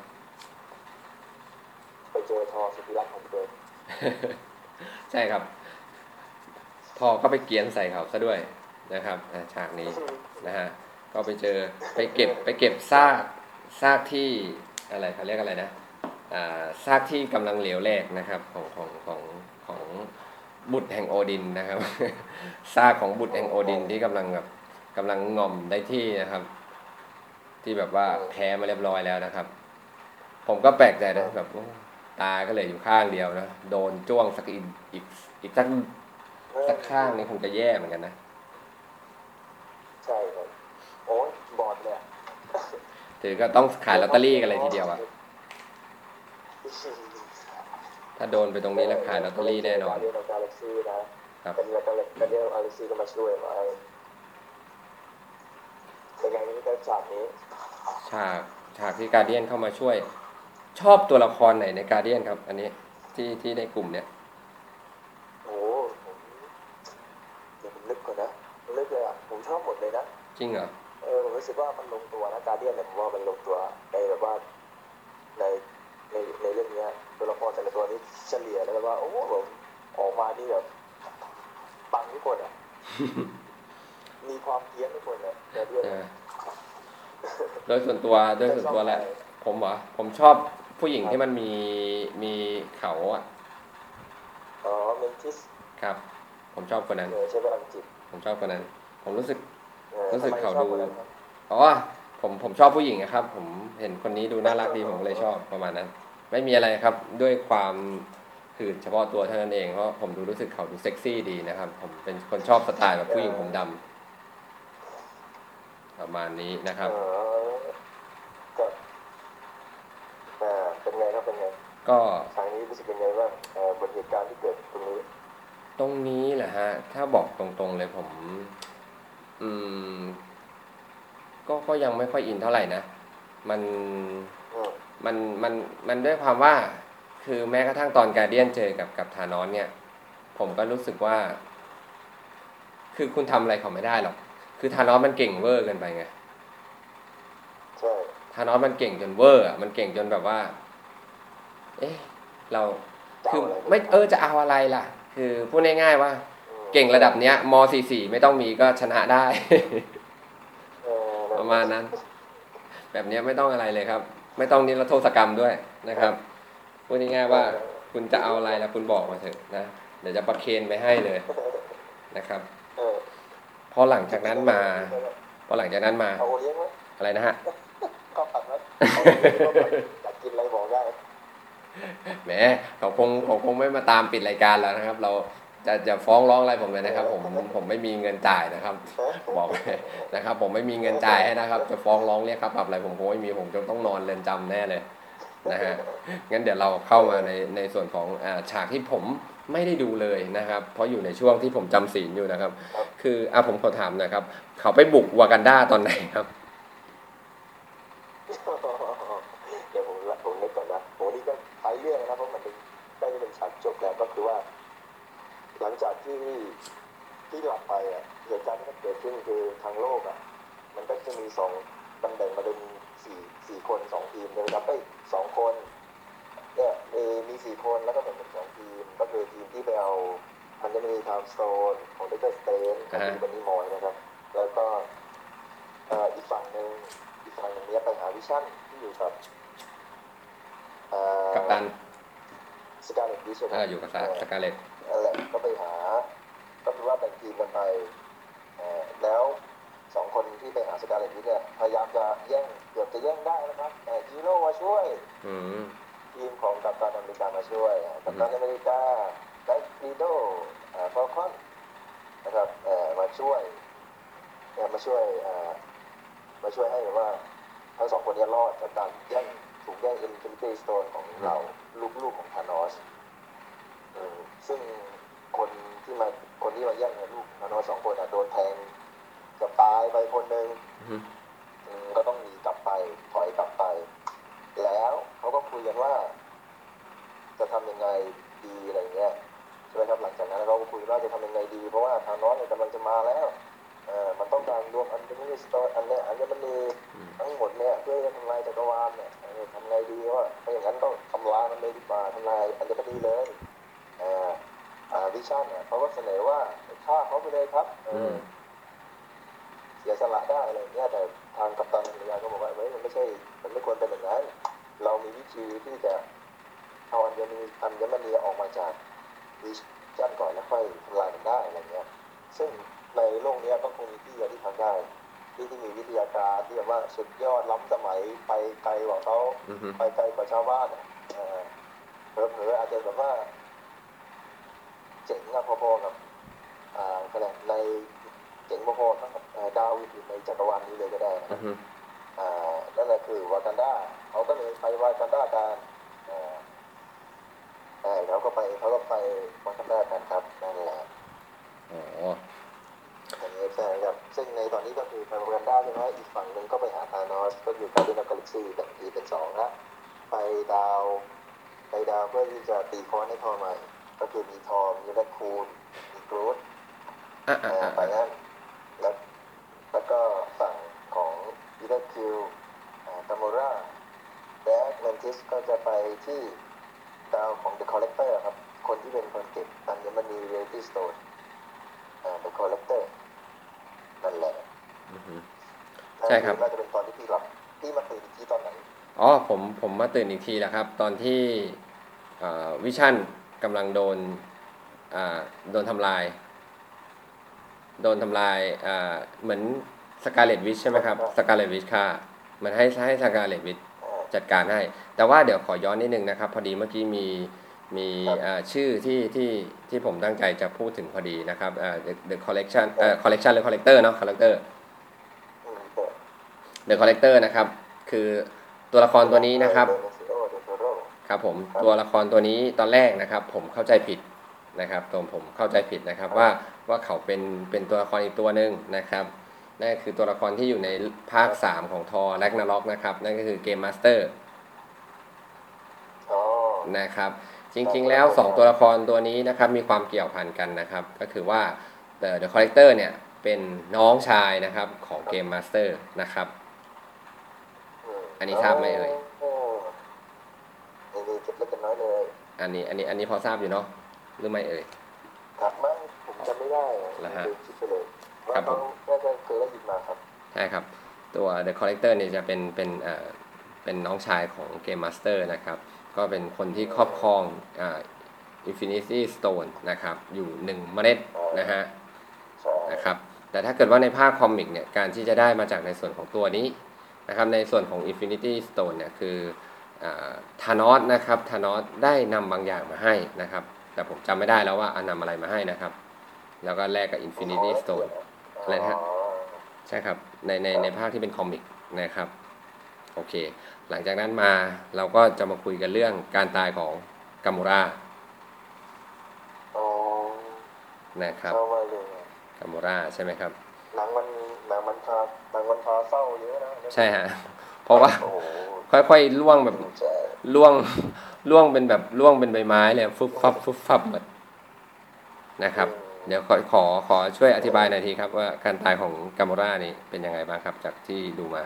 ไปเจอทอสุธิรักษ์ของเดิมใช่ครับ ทอก็ไปเกรียนใส่เขาซะด้วยนะครับฉากนี้นะฮะก็ไปเจอไปเก็บซากที่อะไรเขาเรียกอะไรนะซากที่กำลังเหลวแหลกนะครับของบุตรแห่งโอดินนะครับ ซากของบุตรแห่งโอดินที่กำลังง่อมได้ที่นะครับ ที่แบบว่าแพ้มาเรียบร้อยแล้วนะครับ ผมก็แปลกใจนะแบบโอ้ตาก็เลยอยู่ข้างเดียวนะโดนจ้วงสักอีกสักข้างนี่คงจะแย่เหมือนกันนะใช่ครับโอ้ยบอดเลยถือก็ต้องขายลอตเตอรี่กันเลยทีเดียวอะถ้าโดนไปตรงนี้แล้วขายลอตเตอรี่แน่นอนกาเดียนกาแล็กซี่นะครับ เป็นกาเดียนกาแล็กซี่ก็มาช่วยไว้เป็นไงนี่ก็ฉากนี้ฉากที่การเดียนเข้ามาช่วย ชอบตัวละครไหนในการเดียนครับ อันนี้ที่ในกลุ่มเนี้ยโอ้ผมเดี๋ยวผมนึกก่อนนะผมนึกเลยผมชอบหมดเลยนะจริงเหรอผมรู้สึกว่ามันลงตัวนะการเดียนเนี่ยผมว่ามันลงตัวในแบบว่าในในเรื่องนี้ตัวละครแต่ละตัวนี้เฉลี่ยแล้วแบบว่าโอ้โหผมออกมานี่แบบปังทุกคนมีความเพี้ยนทุกคนการเดียนโดยส่วนตัวแหละผมชอบผู้หญิงที่มันมีเขาอ่ะอ๋อเมนทิสครับ ผมชอบคนนั้นใช้พลังจิตผมชอบคนนั้น ผมรู้สึกทำไมเขาชอบดูคนนั้นครับอ๋อผมชอบผู้หญิงนะครับ ผมเห็นคนนี้ดูน่ารักดีผมก็เลยชอบประมาณนั้น ไม่มีอะไรครับด้วยความคือเฉพาะตัวเท่านั้นเองเพราะผมรู้สึกเขาดูเซ็กซี่ดีนะครับ ผมเป็นคนชอบสไตล์แบบผู้หญิงผมดำประมาณนี้นะครับก็เป็นไงครับเป็นไงก็ทางนี้รู้สึกเป็นไงบ้างบทเหตุการณ์ที่เกิดตรงนี้แหละฮะถ้าบอกตรงๆเลยผม อืมก็ยังไม่ค่อยอินเท่าไหร่นะมันอืมมันมันมันด้วยความว่าคือแม้กระทั่งตอนการเดียนเจอกับธานอสเนี่ยผมก็รู้สึกว่าคือคุณทำอะไรเขาไม่ได้หรอกคือธานอสมันเก่งเวอร์เกินไปไงใช่ธานอสมันเก่งจนเวอร์อ่ะมันเก่งจนแบบว่าเอ๊ะเราคือไม่จะเอาอะไรล่ะคือพูดง่ายๆว่าเก่งระดับเนี้ยม.44ไม่ต้องมีก็ชนะได้ ประมาณนั้นแบบนี้ไม่ต้องอะไรเลยครับไม่ต้องนิรโทษกรรมด้วยนะครับพูดง่ายๆว่าคุณจะเอาอะไรแล้วคุณบอกมาเถอะนะเดี๋ยวจะประเคนไปให้เลยนะครับพอหลังจากนั้นมาเอาเลี้ยงไหมอะไรนะฮะข้าวผัดไหมอยากกินอะไรบอกได้แหมเขาคงไม่มาตามปิดรายการแล้วนะครับเราจะฟ้องร้องอะไรผมเลยนะครับผมไม่มีเงินจ่ายนะครับบอกเลยนะครับผมไม่มีเงินจ่ายให้นะครับจะฟ้องร้องเรียกค่าปรับอะไรผมคงไม่มีผมจะต้องนอนเรือนจำแน่เลยนะฮะงั้นเดี๋ยวเราเข้ามาในส่วนของฉากที่ผมไม่ได้ดูเลยนะครับเพราะอยู่ในช่วงที่ผมจำศีลอยู่นะครับคือผมขอถามหนะครับเขาไปบุกวากันดาตอนไหนครับเดี๋ยวผมนึกก่อนนะโหนี่ก็ท้ายเรื่องนะเพราะมันเป็นใกล้จะเป็นฉากจบแล้วก็คือว่าหลังจากที่หลับไปเหตุการณ์ที่มันเกิดขึ้นคือทางโลกมันก็จะมีสองตำแหน่งมาเป็นสี่คนสองทีมเลยครับสองคนเนี่ยมี4 คนแล้วก็แบ่งเป็น2 ทีมก็คือทีมที่ไปเอามันจะมีไทม์สโตนของเดกเตอร์สเตนกับทีบันนี่มอยนะครับแล้วก็อีกฝั่งหนึ่งเนี้ยไปหาวิชั่นที่อยู่กับกัปตันสกาเลตวิชอยู่กับสกาเลตอะไรก็ไปหาก็คือว่าแบ่งทีมกันไปแล้ว2 คนที่ไปหาสกาเลตวิชเนี่ยพยายามจะเกือบจะแย่งได้นะครับแต่ฮีโร่มาช่วยทีมของกัปตันอเมริกามาช่วยกัปตันอเมริกาได้ลีโดฟอลคอนนะครับมาช่วยให้แบบว่าทั้ง2 คนนี้รอดจากการถูกแย่งอินฟินิตี้สโตนของเราลูกของธานอสซึ่งคนที่มาแย่งเนี่ยลูกธานอส2 คนโดนแทงกับตายไปคนหนึ่งก็ต้องหนีกลับไปถอยกลับไปแล้วเขาก็คุยกันว่าจะทำยังไงดีอะไรเงี้ยใช่ไหมครับหลังจากนั้นเราก็คุยว่าจะทำยังไงดีเพราะว่าธานอสเนี่ยกำลังจะมาแล้วมันต้องการรวมอันนี้สโตนอันนี้มันมีทั้งหมดเนี่ยเพื่อจะทำลายจักรวาลเนี่ยทำไงดีว่าถ้าอย่างนั้นต้องทำลายมันเลยดีกว่าทำลายอันนี้มันดีเลยวิชั่นเขาก็เสนอว่าฆ่าเขาไปเลยครับเสียสละได้อะไรเงี้ยแต่ทางกัปตันอเมริกาก็บอกว่ามันไม่ควรเป็นอย่างนั้นเรามีวิธีที่จะเอาอัญมณีออกมาจากวิชั่นก่อนแล้วค่อยทำลายมันได้อะไรเงี้ยซึ่งในโลกนี้ก็คงมีที่เดียวที่ทำได้ที่มีวิทยาการที่แบบว่าสุดยอดล้ำสมัยไปไกลกว่าเขาไปไกลกว่าชาวบ้านเผลออาจจะแบบว่าเจ๋งพอๆกับในเจ๋งพอๆกับดาวอื่นในจักรวาลนี้เลยก็ได้นั่นแหละคือวากันดาเขาก็เลยไปวากันดากันเขาก็ไปวากันดากันครับนั่นแหละอย่างนี้ใช่ครับซึ่งในตอนนี้ก็คือไปวากันดาใช่ไหมอีกฝั่งหนึ่งก็ไปหาธานอสก็อยู่การ์เดียนออฟกาแล็กซี่แบ่งทีเป็น2นะไปดาวเพื่อที่จะตีค้อนให้ทอใหม่ก็คือมีทอมีแรคคูนมีกรูดไปนั่นแล้วก็ฝั่งของอีเดอร์คิวตามูราแดกแมนติสก็จะไปที่ดาวของ The Collector ครับคนที่เป็นคนเก็บอัญมณีเรติสโตนThe Collector นั่นแหละใช่ครับน่าจะเป็นตอนที่พี่หลับพี่มาตื่นอีกทีตอนไหนผมมาตื่นอีกทีแล้วครับตอนที่วิชั่นกำลังโดนทำลายเหมือนสกาเลตวิชใช่ไหมครับสกาเลตวิชค่ะมันให้สกาเลตวิชจัดการให้แต่ว่าเดี๋ยวขอย้อนนิดนึงนะครับพอดีเมื่อกี้มีชื่อที่ผมตั้งใจจะพูดถึงพอดีนะครับThe Collection Collection หรือ Collector เนาะ Collector The Collector นะครับคือตัวละครตัวนี้นะครับครับผมตัวละครตัวนี้ตอนแรกนะครับผมเข้าใจผิดนะครับผมเข้าใจผิดนะครับว่าเขาเป็นตัวละครอีกตัวหนึ่งนะครับนั่นคือตัวละครที่อยู่ในภาค3ของทอร์แร็กนาร็อกนะครับนั่นก็คือเกมมาสเตอร์นะครับจริงๆแล้ว2ตัวละครตัวนี้นะครับมีความเกี่ยวพันกันนะครับก็คือว่า The Collector เนี่ยเป็นน้องชายนะครับของ Game Master นะครับอันนี้ทราบไหมเอ่ยนี่เก็บเล็กกันน้อยเลยอันนี้พอทราบอยู่เนาะหรือไม่เอ่ยครับมั้งผมจำไม่ได้คิดไปเลยว่าเขาน่าจะเคยได้ยินมาครับใช่ครับตัว The Collector เนี่ยจะเป็นน้องชายของ Game Master นะครับก็เป็นคนที่ครอบครองInfinity Stone นะครับอยู่1เมล็ดนะฮะนะครับแต่ถ้าเกิดว่าในภาคคอมิกเนี่ยการที่จะได้มาจากในส่วนของตัวนี้นะครับในส่วนของ Infinity Stone เนี่ยคือธานอสนะครับธานอสได้นำบางอย่างมาให้นะครับแต่ผมจำไม่ได้แล้วว่านำอะไรมาให้นะครับแล้วก็แลกกับ Infinity Stone อะไรนะฮะใช่ครับในภาคที่เป็นคอมิกนะครับโอเคหลังจากนั้นมาเราก็จะมาคุยกันเรื่องการตายของกามูระนะครับกามูระใช่ไหมครับหนังมันพาเศร้าเยอะนะใช่ฮะเพราะว่าค่อยๆล่วงแบบล่วงเป็นแบบล่วงเป็นใบไม้เลยฟุบฟับหมดนะครับเดี๋ยวขอช่วยอธิบายหน่อยทีครับว่าการตายของกามูระนี่เป็นยังไงบ้างครับจากที่ดูมา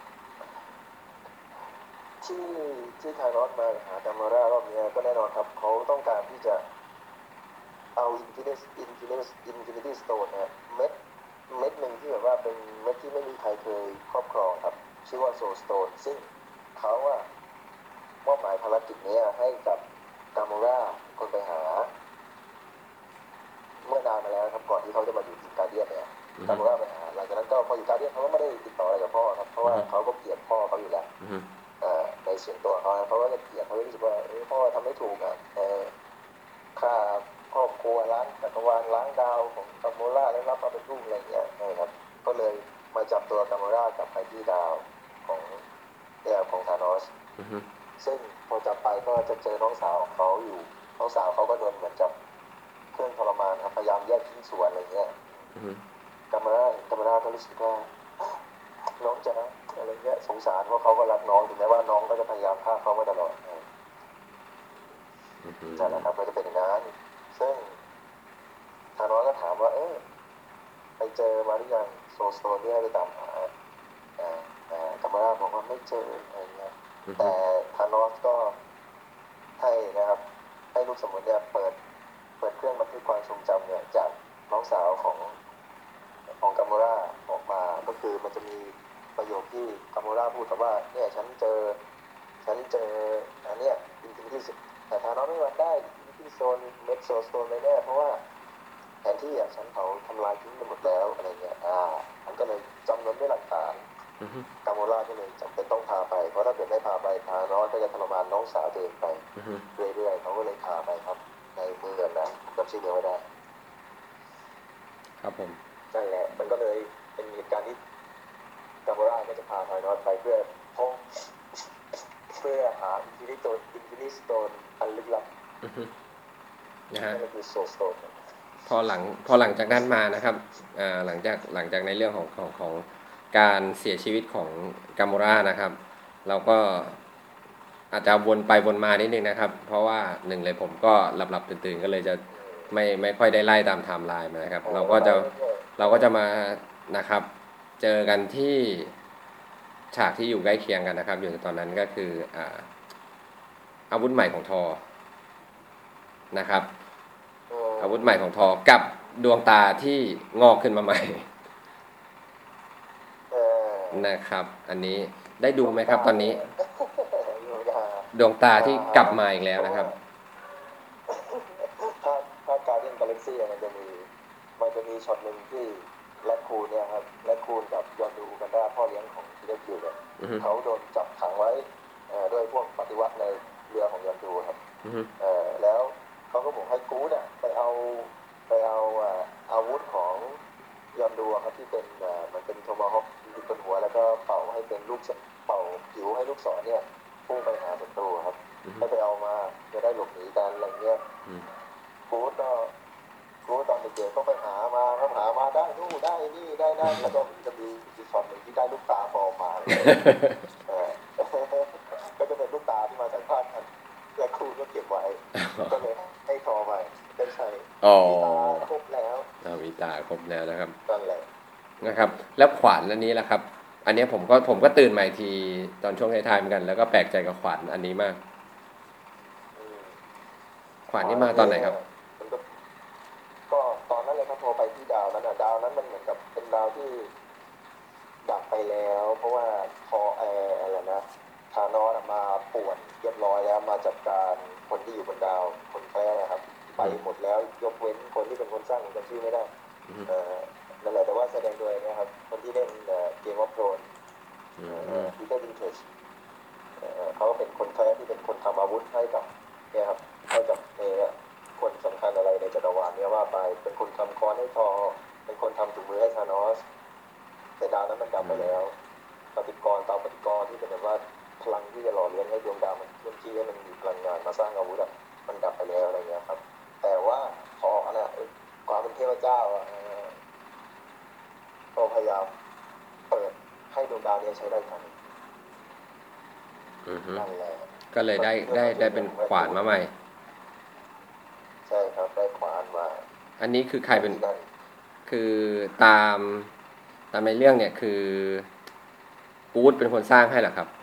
ที่ทารอสมาหากามูระรอบนี้ก็แน่นอนครับเขาต้องการที่จะเอา Infinity Stone นะเม็ดหนึ่งที่แบบว่าเป็นเม็ดที่ไม่มีใครเคยครอบครองครับชื่อว่า Soul Stone ซึ่งเขามอบหมายภารกิจนี้ให้กับกามูระคนไปหาเมื่อนานมาแล้วครับก่อนที่เขาจะมาอยู่ทีมการเดียนเนี่ยกามูระไปหาหลังจากนั้นก็พออยู่การเดียนเขาก็ไม่ได้ติดต่ออะไรกับพ่อครับเพราะว่าเขาก็เกลียดพ่อเขาอยู่แล้วในส่วนตัวเขาก็จะเกลียดเขารู้สึกว่าพ่อทำไม่ถูกฆ่าครอบครัวล้างจักรวาลล้างดาวของกามูระแล้วรับมาเป็นลูกอะไรอย่างเงี้ยนะครับก็เลยมาจับตัวกามูระกลับไปที่ดาวของธานอสซึ่งพอจับไปก็จะเจอน้องสาวของเขาอยู่น้องสาวเขาก็โดนเหมือนจับเครื่องทรมานครับพยายามแยกชิ้นส่วนอะไรเงี้ยกามูระก็รู้สึกว่าน้องจะอะไรเงี้ยสงสารเพราะเขาก็รักน้องถึงแม้ว่าน้องก็จะพยายามฆ่าเขามาตลอดใช่แล้วครับก็จะเป็นอย่างนั้นซึ่งธานอสก็ถามว่าไปเจอมาหรือยังโซสโตนที่ให้ไปตามหากามูระบอกว่าไม่เจออะไรเงี้ยแต่ธานอสก็ให้นะครับให้ลูกสมุนเนี่ยเปิดเครื่องบันทึกความทรงจำเนี่ยจากน้องสาวของกามูระออกมาก็คือมันจะมีประโยคที่กามูระพูดกับว่าเนี่ยฉันเจออันเนี้ยอินฟินิตี้แต่ธานอสไม่วันได้อินฟินิตี้โซนเม็ดโซสโตนเลยแน่เพราะว่าแผนที่ฉันเผาทำลายทิ้งไปหมดแล้วอะไรเงี้ยมันก็เลยจำนวนด้วยหลักฐานกามูระก็เลยจำเป็นต้องพาไปเพราะถ้าเกิดไม่พาไปธานอสก็จะทรมานน้องสาวตัวเองไปเรื่อยๆเขาก็เลยพาไปครับในเมืองนะจำชื่อเมืองไม่ได้ครับผมนั่นแหละมันก็เลยเป็นเหตุการณ์ที่กามูระก็จะพาธานอสไปเพื่อหาอินฟินิตี้สโตนอันลึกลับนะฮะนั่นก็คือโซลสโตนพอหลังจากนั้นมานะครับหลังจากในเรื่องของการเสียชีวิตของกามูระนะครับเราก็อาจจะวนไปวนมานิดนึงนะครับเพราะว่าหนึ่งเลยผมก็หลับตื่นก็เลยจะไม่ค่อยได้ไล่ตามไทม์ไลน์มานะครับเราก็จะมานะครับเจอกันที่ฉากที่อยู่ใกล้เคียงกันนะครับอยู่ตอนนั้นก็คืออาวุธใหม่ของทอนะครับอาวุธใหม่ของทอกับดวงตาที่งอกขึ้นมาใหม่นะครับอันนี้ได้ดูไหมครับตอนนี้ดวงตาที่กลับมาอีกแล้วนะครับถ้าการ์เดียนกาแล็กซี่มันจะมีช็อตหนึ่งที่แรคคูนเนี่ยครับแรคคูนกับยอนดูกันด้าพ่อเลี้ยงของทีเดคิวเนี่ยเขาโดนจับขังไว้ด้วยพวกปฏิวัติในเรือของยอนดูครับแล้วเขาก็บอกให้กู๊ดไปเอาอาวุธของยอนดูครับที่เป็นมันเป็นโทมาฮอคติดบนหัวแล้วก็เป่าให้เป็นเป่าผิวให้ลูกศรเนี่ยพุ่งไปหาศัตรูครับให้ไปเอามาจะได้หลบหนีกันอะไรเงี้ยกู๊ดตอนเด็กๆก็ไปหามาได้นู่นได้นี่ได้นั่นแล้วก็จะมีช็อตหนึ่งที่ได้ลูกตาปลอมมาก็จะเป็นลูกตาที่มาจากภาคนั้นและคูณก็เก็บไว้ก็เลยให้ทอไปได้ใช้อ๋อมีตาครบแล้วมีตาครบแล้วนะครับนั่นแหละนะครับแล้วขวานอันนี้ล่ะครับ อันนี้ผมก็ตื่นมาอีกทีตอนช่วงท้ายๆเหมือนกันแล้วก็แปลกใจกับขวานอันนี้มากอืมขวานนี้มาตอนไหนครับมันก็ตอนนั้นเลยครับพอไปที่ดาวนั้นดาวนั้นมันเหมือนกับเป็นดาวที่ดับไปแล้ว เพราะว่าพออะไรนะธานอสมาป่วนเรียบร้อยแล้วมาจัดการคนที่อยู่บนดาวคนแพ้นะครับ ไปหมดแล้วยกเว้นคนที่เป็นคนสร้างผมจำชื่อไม่ได้นั่นแหละแต่ว่าแสดงโดยนะครับคนที่เล่นเกมวอฟโทนพีเตอร์ดินเทจเขาเป็นคนแท้ที่เป็นคนทำอาวุธให้กับเนี่ยครับให้กับคนสำคัญอะไรในจักรวาลเนี่ยว่าไปเป็นคนทำค้อนให้ทอเป็นคนทำถุงมือให้ธานอสแต่ดาวนั้นมันดับไปแล้วปฏิกรณ์เตาปฏิกรณ์ที่เป็นแบบว่าพลังที่จะหล่อเลี้ยงให้ดวงดาวมันเคลื่อนที่ให้มันมีพลังงานมาสร้างอาวุธมันดับไปแล้วอะไรเงี้ยครับแต่ว่าพอความเป็นเทพเจ้าก็พยายามเปิดให้ดวงดาวนี้ใช้ได้ทันนั่นแหละก็เลยได้เป็นขวานมาใหม่ใช่ครับได้ขวานมาอันนี้คือใครเป็นคือตามในเรื่องเนี่ยคือกู๊ดเป็นคนสร้างให้เหรอครับ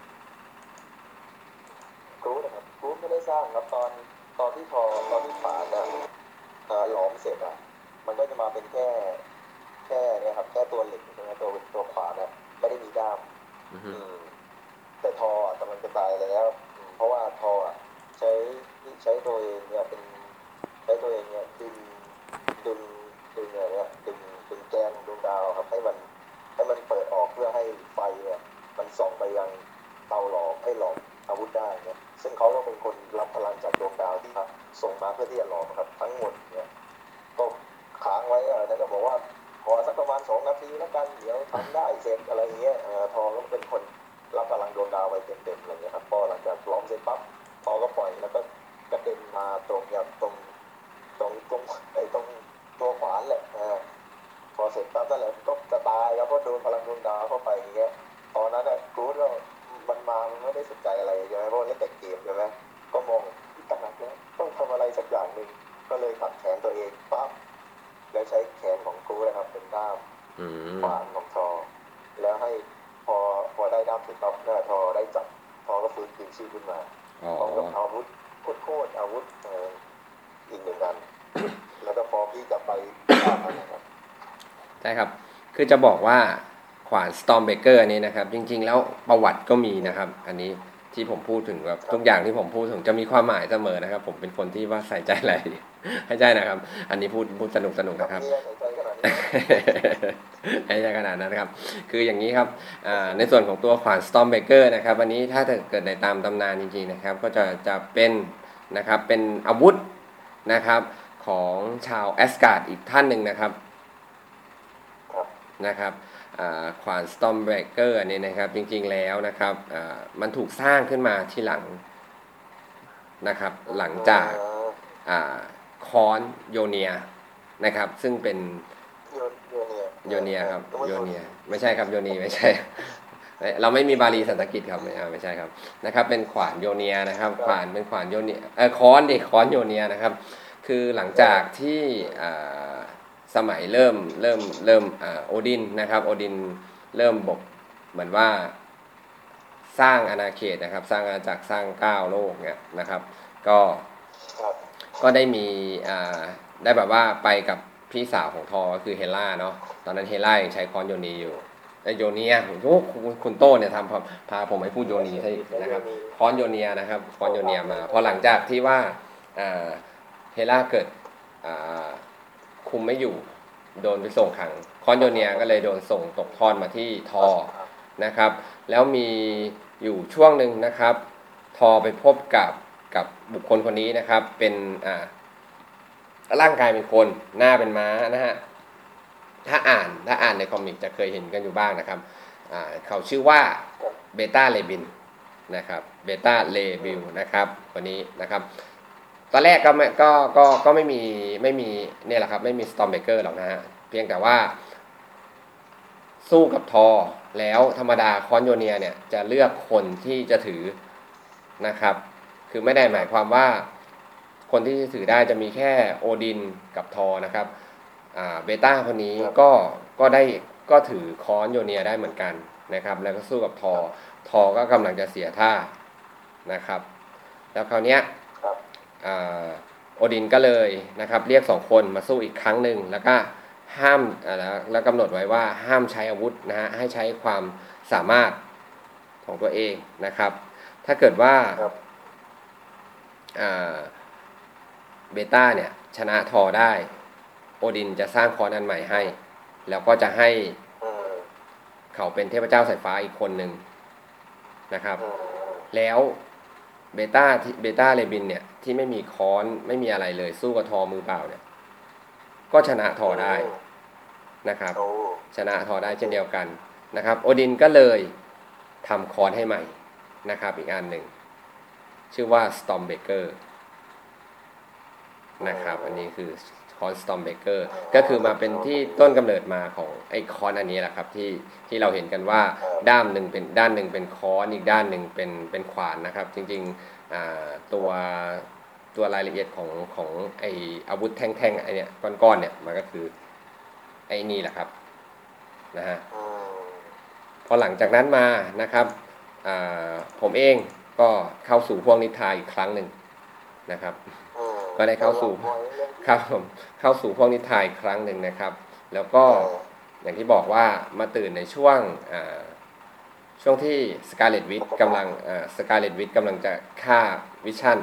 กู๊ดนะครับกู๊ดไม่ได้สร้างครับตอนที่ขวานหลอมเสร็จมันก็จะมาเป็นแค่เนี่ยครับแค่ตัวเหล็กใช่ไหมตัวขวานไม่ได้มีด้ามแต่ทอกำลังจะตายแล้วเพราะว่าทอใช้ตัวเองเนี่ยเป็นใช้ตัวเองเนี่ยดึงเนี่ยดึงแกนดวงดาวครับให้มันเปิดออกเพื่อให้ไฟเนี่ยมันส่องไปยังเตาหลอมให้หลอมอาวุธได้เนี่ยซึ่งเขาต้องเป็นคนรับพลังจากดวงดาวที่ส่งมาเพื่อที่จะหลอมครับทั้งหมดเนี่ยก็ค้างไว้แล้วก็บอกว่าขอสักประมาณ2 นาทีแล้วกันเดี๋ยวทำได้เสร็จอะไรเงี้ยทอก็เป็นคนรับพลังดวงดาวไปเต็มๆอะไรเงี้ยครับพอหลังจากล้อมเสร็จปั๊บทอก็ปล่อยแล้วก็กระเด็นมาตรงตัวขวานแหละพอเสร็จปั๊บนั่นแหละก็จะตายแล้วเพราะโดนพลังดวงดาวเข้าไปอย่างเงี้ยตอนนั้นกู๊ดก็มันไม่ได้สนใจอะไรใช่ไหมเพราะเล่นแต่เกมใช่ไหมก็มองที่ตั้งหนักแล้วต้องทำอะไรสักอย่างหนึ่งก็เลยตัดแขนตัวเองปั๊บแล้วใช้แขนของกู๊ดนะครับเป็นด้ามขวานของทอแล้วให้พอได้ด้ามเสร็จปั๊บทอได้จับทอก็ฟื้นคืนชีพขึ้นมาพร้อมกับอาวุธโคตรอาวุธอีก1 อันแล้วก็พร้อมที่จะไปฆ่ามันนะครับใช่ครับคือจะบอกว่าขวาน Stormbreaker อันนี้นะครับจริงๆแล้วประวัติก็มีนะครับอันนี้ที่ผมพูดถึงแบบทุกอย่างที่ผมพูดถึงจะมีความหมายเสมอนะครับผมเป็นคนที่ว่าใส่ใจอะไรให้ใจนะครับอันนี้พูดสนุกนะครับให้ใจขนาดนั้นนะครับคืออย่างนี้ครับในส่วนของตัวขวาน Stormbreaker นะครับอันนี้ถ้าเกิดในตามตำนานจริงๆนะครับก็จะเป็นนะครับเป็นอาวุธนะครับของชาวแอสการ์ดอีกท่านหนึ่งนะครับขวาน Stormbreaker อันนี้นะครับจริงๆแล้วนะครับมันถูกสร้างขึ้นมาที่หลังนะครับหลังจากค้อนโยเนียนะครับซึ่งเป็นโยเนียครับโยเนียไม่ใช่ครับโยนีไม่ใช่เราไม่มีบาลีสันสกฤตครับไม่ใช่ครับนะครับเป็นขวานโยเนียนะครับขวานเป็นขวานโยเนียค้อนโยเนียนะครับคือหลังจากที่สมัยเริ่มโอดินนะครับโอดินเริ่มบอกเหมือนว่าสร้างอาณาเขตนะครับสร้างอาณาจักรสร้าง9 โลกเนี่ยนะครับก็ได้มีได้แบบว่าไปกับพี่สาวของทอก็คือเฮล่าเนาะตอนนั้นเฮล่ายังใช้ค้อนโยนีอยู่โยเนียโอ้คุณโต้เนี่ยพาผมให้พูดโยนีใช่นะครับค้อนโยเนียนะครับค้อนโยเนียมาพอหลังจากที่ว่าเฮล่าเกิดคุมไม่อยู่โดนไปส่งขังค้อนโยเนียก็เลยโดนส่งตกทอดมาที่ทอนะครับแล้วมีอยู่ช่วงหนึ่งนะครับทอไปพบกับบุคคลคนนี้นะครับเป็นร่างกายเป็นคนหน้าเป็นม้านะฮะถ้าอ่านในคอมิกจะเคยเห็นกันอยู่บ้างนะครับเขาชื่อว่าเบต้าเลบินนะครับเบต้าเลบิลนะครับคนนี้นะครับตอนแรกก็ไม่มีเนี่ยแหละครับไม่มี Stormbreaker หรอกนะฮะเพียงแต่ว่าสู้กับทอแล้วธรรมดาค้อนโยเนียเนี่ยจะเลือกคนที่จะถือนะครับคือไม่ได้หมายความว่าคนที่ถือได้จะมีแค่โอดินกับทอนะครับเบต้าคนนี้ก็ถือค้อนโยเนียได้เหมือนกันนะครับแล้วก็สู้กับทอก็กำลังจะเสียท่านะครับแล้วคราวเนี้ยโอดินก็เลยนะครับเรียก2คนมาสู้อีกครั้งหนึ่งแล้วก็ห้ามแล้วกำหนดไว้ว่าห้ามใช้อาวุธนะฮะให้ใช้ความสามารถของตัวเองนะครับถ้าเกิดว่าเบต้าเนี่ยชนะทอได้โอดินจะสร้างค้อนอันใหม่ให้แล้วก็จะให้เขาเป็นเทพเจ้าสายฟ้าอีกคนหนึ่งนะครับแล้วเบต้าเลบินเนี่ยที่ไม่มีค้อนไม่มีอะไรเลยสู้กับทอมือเปล่าเนี่ยก็ชนะทอได้นะครับชนะทอได้เช่นเดียวกันนะครับโอดินก็เลยทำค้อนให้ใหม่นะครับอีกอันหนึ่งชื่อว่า Stormbreaker นะครับอันนี้คือค้อน Stormbreaker ก็คือมาเป็นที่ต้นกำเนิดมาของไอ้ค้อนอันนี้แหละครับที่เราเห็นกันว่าด้านหนึ่งเป็นค้อนอีกด้านหนึ่งเป็นขวานนะครับจริงๆตัวรายละเอียดของไอ้อาวุธแท่งๆไอ้เนี่ยก้อนๆเนี่ยมันก็คือไอ้นี่แหละครับนะฮะพอหลังจากนั้นมานะครับผมเองก็เข้าสู่พวกนิทานอีกครั้งหนึ่งนะครับก็ได้เข้าสู่พวกนิทานอีกครั้งหนึ่งนะครับแล้วก็อย่างที่บอกว่ามาตื่นในช่วงที่สกาเลตวิทกำลังจะฆ่าวิชั่น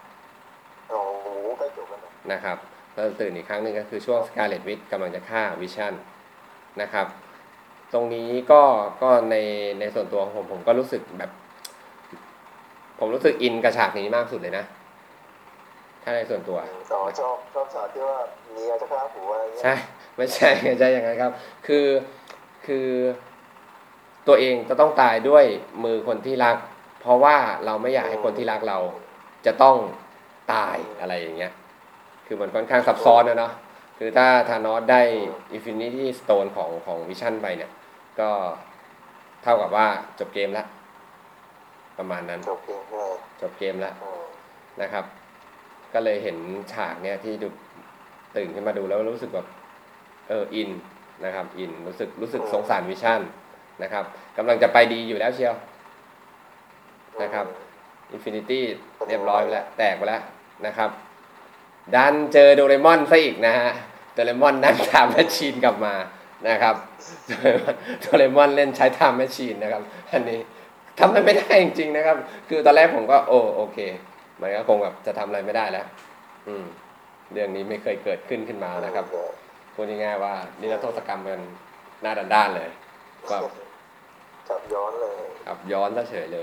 นะครับแล้วตื่นอีกครั้งหนึ่งก็คือช่วงสกาเลตวิทกำลังจะฆ่าวิชั่นนะครับตรงนี้ก็ในส่วนตัวของผมก็รู้สึกแบบผมรู้สึกอินกับฉากนี้มากสุดเลยนะถ้าในส่วนตัวชอบฉากที่ว่าเมียจะฆ่าผัวอะไรเงี้ยใช่ไม่ใช่อย่างนั้นครับคือตัวเองจะต้องตายด้วยมือคนที่รักเพราะว่าเราไม่อยากให้คนที่รักเราจะต้องตายอะไรอย่างเงี้ยคือมันค่อนข้างซับซ้อนนะเนาะคือถ้าธานอสได้ Infinity Stone ของวิชั่นไปเนี่ยก็เท่ากับว่าจบเกมแล้วประมาณนั้นจบเกมแล้วนะครับก็เลยเห็นฉากเนี่ยที่ตื่นขึ้นมาดูแล้วรู้สึกแบบอินนะครับอินรู้สึกสงสารวิชั่นนะครับกำลังจะไปดีอยู่แล้วเชียวนะครับ Infinity เรียบร้อยไปแล้วแตกไปแล้วนะครับดันเจอโดเรมอนซะอีกนะฮะโดเรมอนนั่งไทม์แมชชีนกลับมานะครับโดเรมอนเล่นใช้ไทม์แมชชีนนะครับอันนี้ทำอะไรไม่ได้จริงๆนะครับคือตอนแรกผมก็โอเคมันก็คงแบบจะทำอะไรไม่ได้แล้วเรื่องนี้ไม่เคยเกิดขึ้นมานะครับพูดง่ายๆว่านิรโทษกรรมเป็นหน้าด้านๆเลยก็ขับย้อนเลยขับย้อนซะเฉยเลย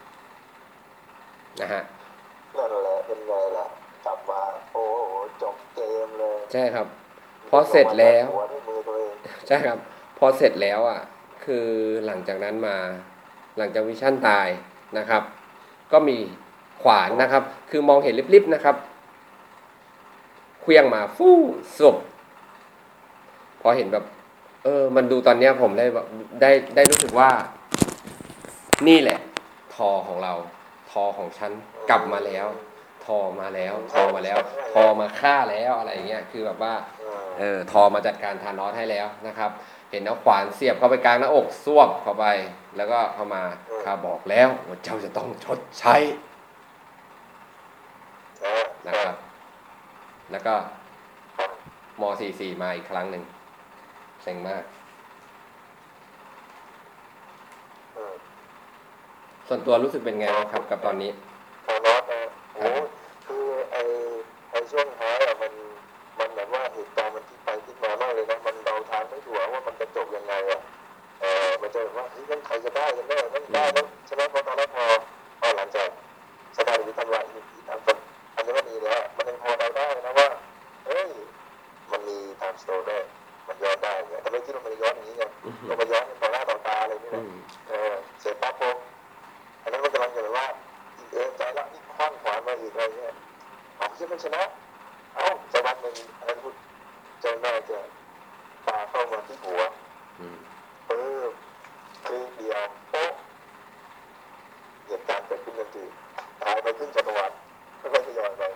นะฮะนั่นแหละเป็นไงล่ะกลับมาโอ้โหจบเกมเลยใช่ครับพอเสร็จแล้วใช่ครับพอเสร็จแล้วอ่ะคือหลังจากนั้นมาหลังจากวิชั่นตายนะครับก็มีขวานนะครับคือมองเห็นลิบๆนะครับเคลื่องมาฟู่สุบพอเห็นแบบมันดูตอนเนี้ยผมได้รู้สึกว่านี่แหละทอของเราทอของฉันกลับมาแล้วทอมาฆ่าแล้วอะไรเงี้ยคือแบบว่าทอมาจัดการธานอสให้แล้วนะครับเห็นเอาขวานเสียบเข้าไปกลางหน้าอกซวบเข้าไปแล้วก็เข้ามาข้าบอกแล้วว่าเจ้าจะต้องชดใช้นะครับแล้วก็ม.44 มาอีกครั้งหนึ่งเซ็งมากส่วนตัวรู้สึกเป็นไงบ้างครับกับตอนนี้ธานอสนะโอ้คือไอช่วงท้ายอ่ะมันเหมือนว่าเหตุการณ์มันคิดไปคิดมามากเลยนะมันเดาทางไม่ถูกว่ามันจะจบยังไงอ่ะมันจะแบบว่าเฮ้ยนั่นใครจะได้กันแน่นั่นได้นั่นใช่ไหมพอตอนแรกพอหลังจากสถานีทำลายอันนี้มันมีแล้วมันยังพอเดาได้นะว่าเฮ้ยมันมีไทม์สโตร์ด้วยมันย้อนได้ไงแต่ไม่คิดว่ามันย้อนอย่างนี้ไงมันมาย้อนต่อหน้าต่อตาอะไรนี่แหละเสร็จปั๊บปุ๊บอันนั้นมันกำลังจะแบบว่าใจละนี่คว้างขวานมาอีกอะไรเงี้ยคิดมันชนะสักวันหนึ่งอันนั้นเจ้าหน้าจะปาเข้ามาที่หัวคือเดียวโป๊ะเหตุการณ์เกิดขึ้นทันทีตายไปครึ่งจักรวาล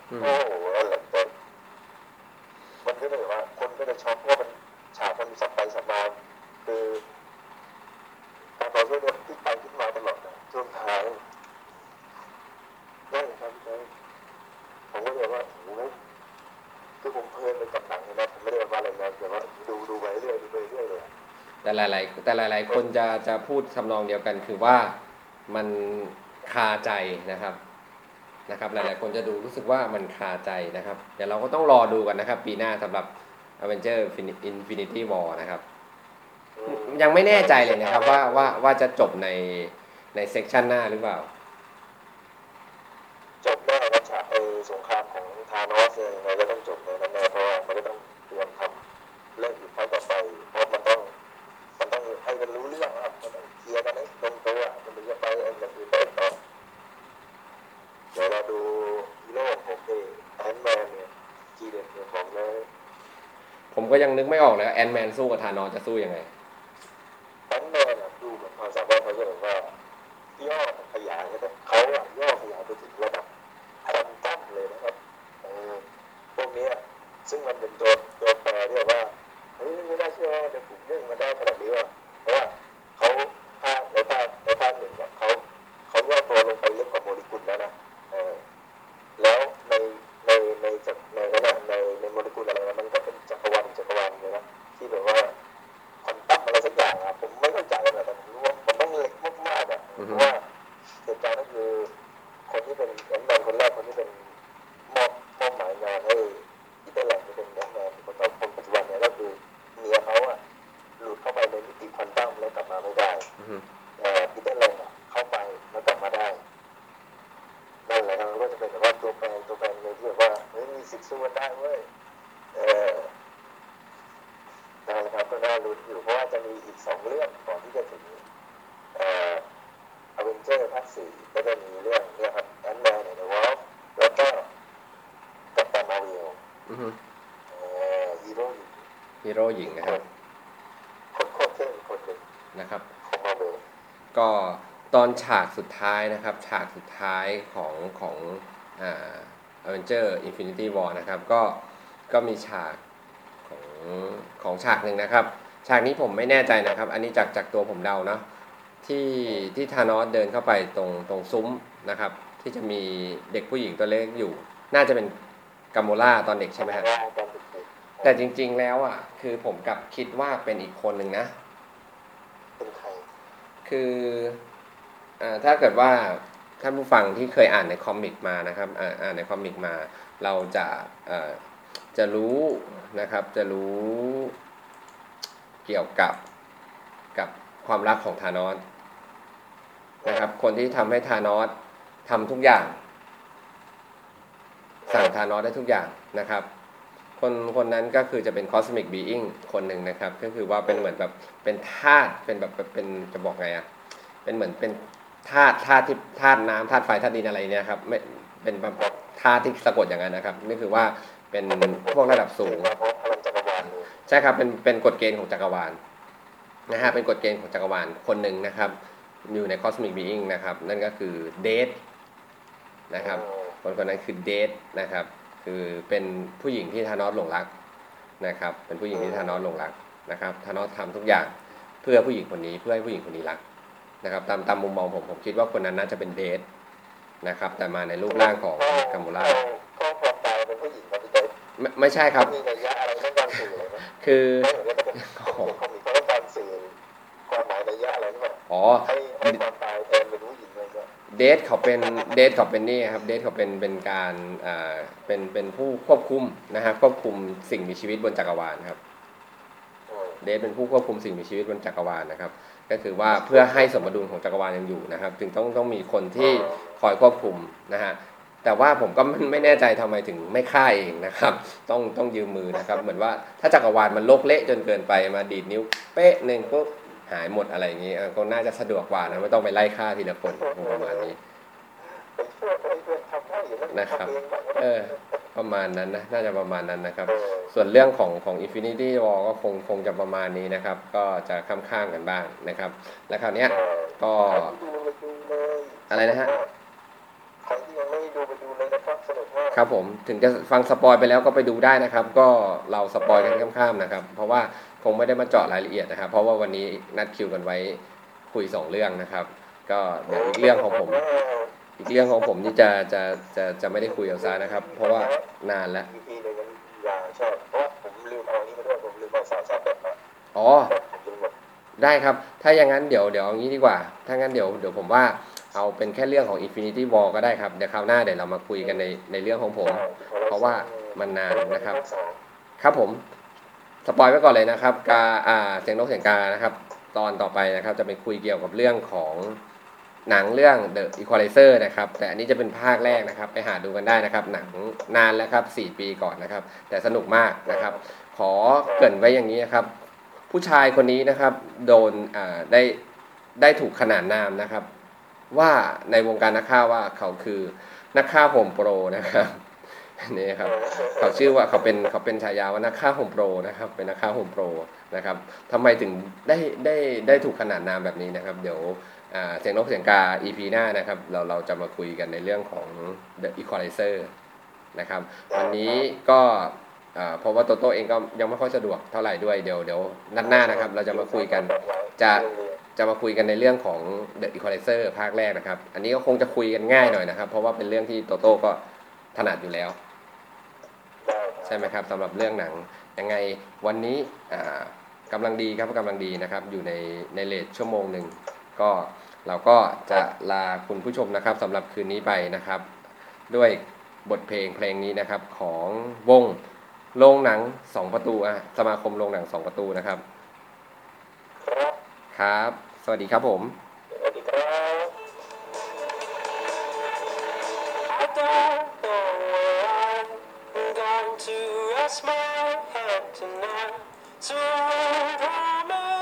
อืมโอ้โหนั่นแหละแต่มันก็เลยว่าคนก็จะช็อกว่ามันฉากมันสับไปสับมาคือการต่อสู้เนี่ยพลิกไปพลิกมาตลอดนะช่วงท้ายนั่นแหละครับผมก็เลยว่าโอ้โหคือผมเพลินไปกับหนังนะผมไม่ได้ว่าอะไรนะแต่ว่าดูไปเรื่อยดูไปเรื่อยเลยแต่หลายคนจะพูดทำนองเดียวกันคือว่ามันคาใจนะครับหลายๆคนจะดูรู้สึกว่ามันคาใจนะครับเดี๋ยวเราก็ต้องรอดูกันนะครับปีหน้าสำหรับ Avenger Infinity War นะครับยังไม่แน่ใจเลยนะครับว่าจะจบในเซกชันหน้าหรือเปล่าจบแน่ครับฉากไอ้สงครามของธานอสเนี่ยยังไงก็ต้องจบในนั้นแน่เพราะว่ามันก็ต้องเตรียมทำเรื่องอีกครั้งต่อไปเพราะมันต้องให้มันรู้เรื่องครับมันต้องเคลียร์กันให้ตรงตัวมันถึงจะไปอันอย่างอื่นได้ต่อเดี๋ยวเราดูฮีโร่ของผมเองแอนด์แมนเนี่ยทีเด็ดเนี่ยบอกเลยผมก็ยังนึกไม่ออกเลยแอนแมนสู้กับธานอสจะสู้ยังไงแอนด์แมนดูเหมือนความสามารถเขาจะแบบว่าย่อขยายแต่เขาย่อขยายไปถึงระดับควอนตัมเลยนะครับเออพวกเนี้ยซึ่งมันเป็นตัวแปรที่แบบว่าเฮ้ยไม่น่าเชื่อว่าจะถูกเรื่องมาได้ขนาดนี้ว่ะเพราะว่าเขาภาคหนึ่งเนี่ยเขาย่อตัวลงไปลึกกว่าโมเลกุลแล้วนะเออแล้วในในโมเลกุลอะไรนะมันก็เป็นจักรวาลเลยนะที่แบบว่าควอนตัมอะไรสักอย่างผมไม่เข้าใจนะแต่ผมรู้ว่ามันต้องเล็กมากๆเพราะว่าเหตุการณ์ก็คือคนที่เป็นแอนด์แมนคนแรกคนที่เป็นมอบหมายงานให้อีเตอร์แลนด์ที่เป็นแอนด์แมนคนปัจจุบันเนี่ยก็คือเมียเขาหลุดเข้าไปในมิติควอนตัมแล้วกลับมาไม่ได้อีเตอร์แลนด์เข้าไปแล้วกลับมาได้นั่นแหละครับก็จะเป็นแบบว่าตัวแปรเลยที่แบบว่าเฮ้ยมีสิทธิ์สู้กันได้เว้ยเออนะครับก็น่าลุ้นอยู่เพราะว่าจะมีอีก2เรื่องก่อนที่จะถึงเอ่ออเวนเจอร์ภาค4ก็จะมีเรื่องเนี่ยครับแอนด์แมนในวอลแล้วก็กัปตันมาร์เวลฮีโร่หญิงนะครับโคตรเท่คนหนึ่งนะครับของมาร์เวลก็ตอนฉากสุดท้ายนะครับฉากสุดท้ายของAvenger Infinity War นะครับก็มีฉากของฉากหนึ่งนะครับฉากนี้ผมไม่แน่ใจนะครับอันนี้จากตัวผมเดาเนาะที่ธานอสเดินเข้าไปตรงซุ้มนะครับที่จะมีเด็กผู้หญิงตัวเล็กอยู่น่าจะเป็นกัมโมล่าตอนเด็กใช่ไหมครับแต่จริงๆแล้วคือผมกลับคิดว่าเป็นอีกคนหนึ่งนะเป็นใครคือถ้าเกิดว่าท่านผู้ฟังที่เคยอ่านในคอมิกมานะครับอ่านในคอมิกมาเราจะรู้นะครับจะรู้เกี่ยวกับความรักของธานอสนะครับคนที่ทำให้ธานอสทำทุกอย่างสั่งธานอสได้ทุกอย่างนะครับคนนั้นก็คือจะเป็นคอสมิกบีอิงคนหนึ่งนะครับก็คือว่าเป็นเหมือนแบบเป็นธาตุเป็นแบบเป็นจะบอกไงเป็นเหมือนเป็นธาตุน้ำธาตุไฟธาตุดินอะไรเนี่ยครับไม่เป็นแบบธาตุที่สะกดอย่างนั้นนะครับนี่คือว่าเป็นพวกระดับสูงใช่ครับเป็นกฎเกณฑ์ของจักรวาลนะฮะเป็นกฎเกณฑ์ของจักรวาลคนหนึ่งนะครับอยู่ใน Cosmic Being นะครับนั่นก็คือเดธนะครับคนนั้นคือเดธนะครับคือเป็นผู้หญิงที่ธานอสหลงรักนะครับเป็นผู้หญิงที่ธานอสหลงรักนะครับธานอสทำทุกอย่างเพื่อผู้หญิงคนนี้เพื่อให้ผู้หญิงคนนี้รักนะครับตามมุมมองผมคิดว่าคนนั้นน่าจะเป็นเดธนะครับแต่มาในรูปร่างของกัมโมล่าก็ความตายเป็นผู้หญิงครับพี่เต้ไม่ใช่ครับมีนัยยะอะไรต้องการสื่อเลยนะคือเขาต้องการสื่อความหมายนัยยะอะไรหรือเปล่าให้ความตายแทนเป็นผู้หญิงเลยก็เดทเขาเป็นนี่ครับเดทเขาเป็นการเป็นผู้ควบคุมนะฮะควบคุมสิ่งมีชีวิตบนจักรวาลครับเดทเป็นผู้ควบคุมสิ่งมีชีวิตบนจักรวาลนะครับก็คือว่าเพื่อให้สมดุลของจักรวาลยังอยู่นะครับจึงต้องมีคนที่คอยควบคุมนะฮะแต่ว่าผมก็ไม่แน่ใจทำไมถึงไม่ฆ่าเองนะครับต้องยืมมือนะครับเหมือนว่าถ้าจักรวาลมันโลกเละจนเกินไปมาดีดนิ้วเป๊ะหนึ่งปุ๊บหายหมดอะไรอย่างนี้ก็น่าจะสะดวกกว่านะไม่ต้องไปไล่ฆ่าทีละคนประมาณนี้นะครับประมาณนั้นนะน่าจะประมาณนั้นนะครับส่วนเรื่องของ Infinity War ก็คงจะประมาณนี้นะครับก็จะข้างกันบ้างนะครับแล้วคราวนี้ก็อะไรนะฮะใครที่ยังไม่ดูไปดูเลยนะครับสนุกมากครับผมถึงจะฟังสปอยไปแล้วก็ไปดูได้นะครับ ก็เราสปอยกันข้ามๆนะครับ เพราะว่าคงไม่ได้มาเจาะรายละเอียดนะครับ เพราะว่าวันนี้นัดคิวกันไว้คุย2เรื่องนะครับ ก็เดี๋ยวอีกเรื่องของผม อีกเรื่องของผมนี่จะไม่ได้คุยกับซานะครับ เพราะว่านานแล้ว EP หนึ่งนั้นอย่างชอบเพราะว่าผมลืมเอานี้มาด้วยผมลืมเอาสาวแบบมาอ๋อผมลืมหมดได้ครับ ถ้าอย่างนั้นเดี๋ยวเอางี้ดีกว่า ถ้างั้นเดี๋ยวผมว่าเอาเป็นแค่เรื่องของ Infinity War ก็ได้ครับ เดี๋ยวคราวหน้าเดี๋ยวเรามาคุยกันในเรื่องของผม เพราะว่ามันนานนะครับ ครับผม สปอยไว้ก่อนเลยนะครับเสียงนกเสียงกานะครับ ตอนต่อไปนะครับจะเป็นคุยเกี่ยวกับเรื่องของหนังเรื่อง The Equalizer นะครับ แต่อันนี้จะเป็นภาคแรกนะครับ ไปหาดูกันได้นะครับ หนังนานแล้วครับ4 ปีก่อนนะครับ แต่สนุกมากนะครับ ขอเกริ่นไว้อย่างนี้นะครับ ผู้ชายคนนี้นะครับโดนได้ถูกขนานนามนะครับ ว่าในวงการนักฆ่าว่าเขาคือนักฆ่าโฮมโปรนะครับนี่ครับเขาชื่อว่าเขาเป็นฉายาว่านักฆ่าโฮมโปรนะครับเป็นนักฆ่าโฮมโปรนะครับทำไมถึงได้ถูกขนานนามแบบนี้นะครับเดี๋ยวเสียงนกเสียงกา EP หน้านะครับเราจะมาคุยกันในเรื่องของ The Equalizer นะครับวันนี้ก็เพราะว่าโตโต้เองก็ยังไม่ค่อยสะดวกเท่าไหร่ด้วยเดี๋ยวนัดหน้านะครับเราจะมาคุยกันจะมาคุยกันในเรื่องของ The Equalizer ภาคแรกนะครับอันนี้ก็คงจะคุยกันง่ายหน่อยนะครับเพราะว่าเป็นเรื่องที่โตโต้ก็ถนัดอยู่แล้วใช่ไหมครับสำหรับเรื่องหนังยังไงวันนี้กำลังดีครับกำลังดีนะครับอยู่ในเรทชั่วโมงหนึ่งก็เราก็จะลาคุณผู้ชมนะครับสำหรับคืนนี้ไปนะครับด้วยบทเพลงนี้นะครับของวงโรงหนัง2ประตูสมาคมโรงหนัง2ประตูนะครับครับสวัสดีครับผมสวัสดีครับ I don't know where I'm going to rest my head tonight. So promise.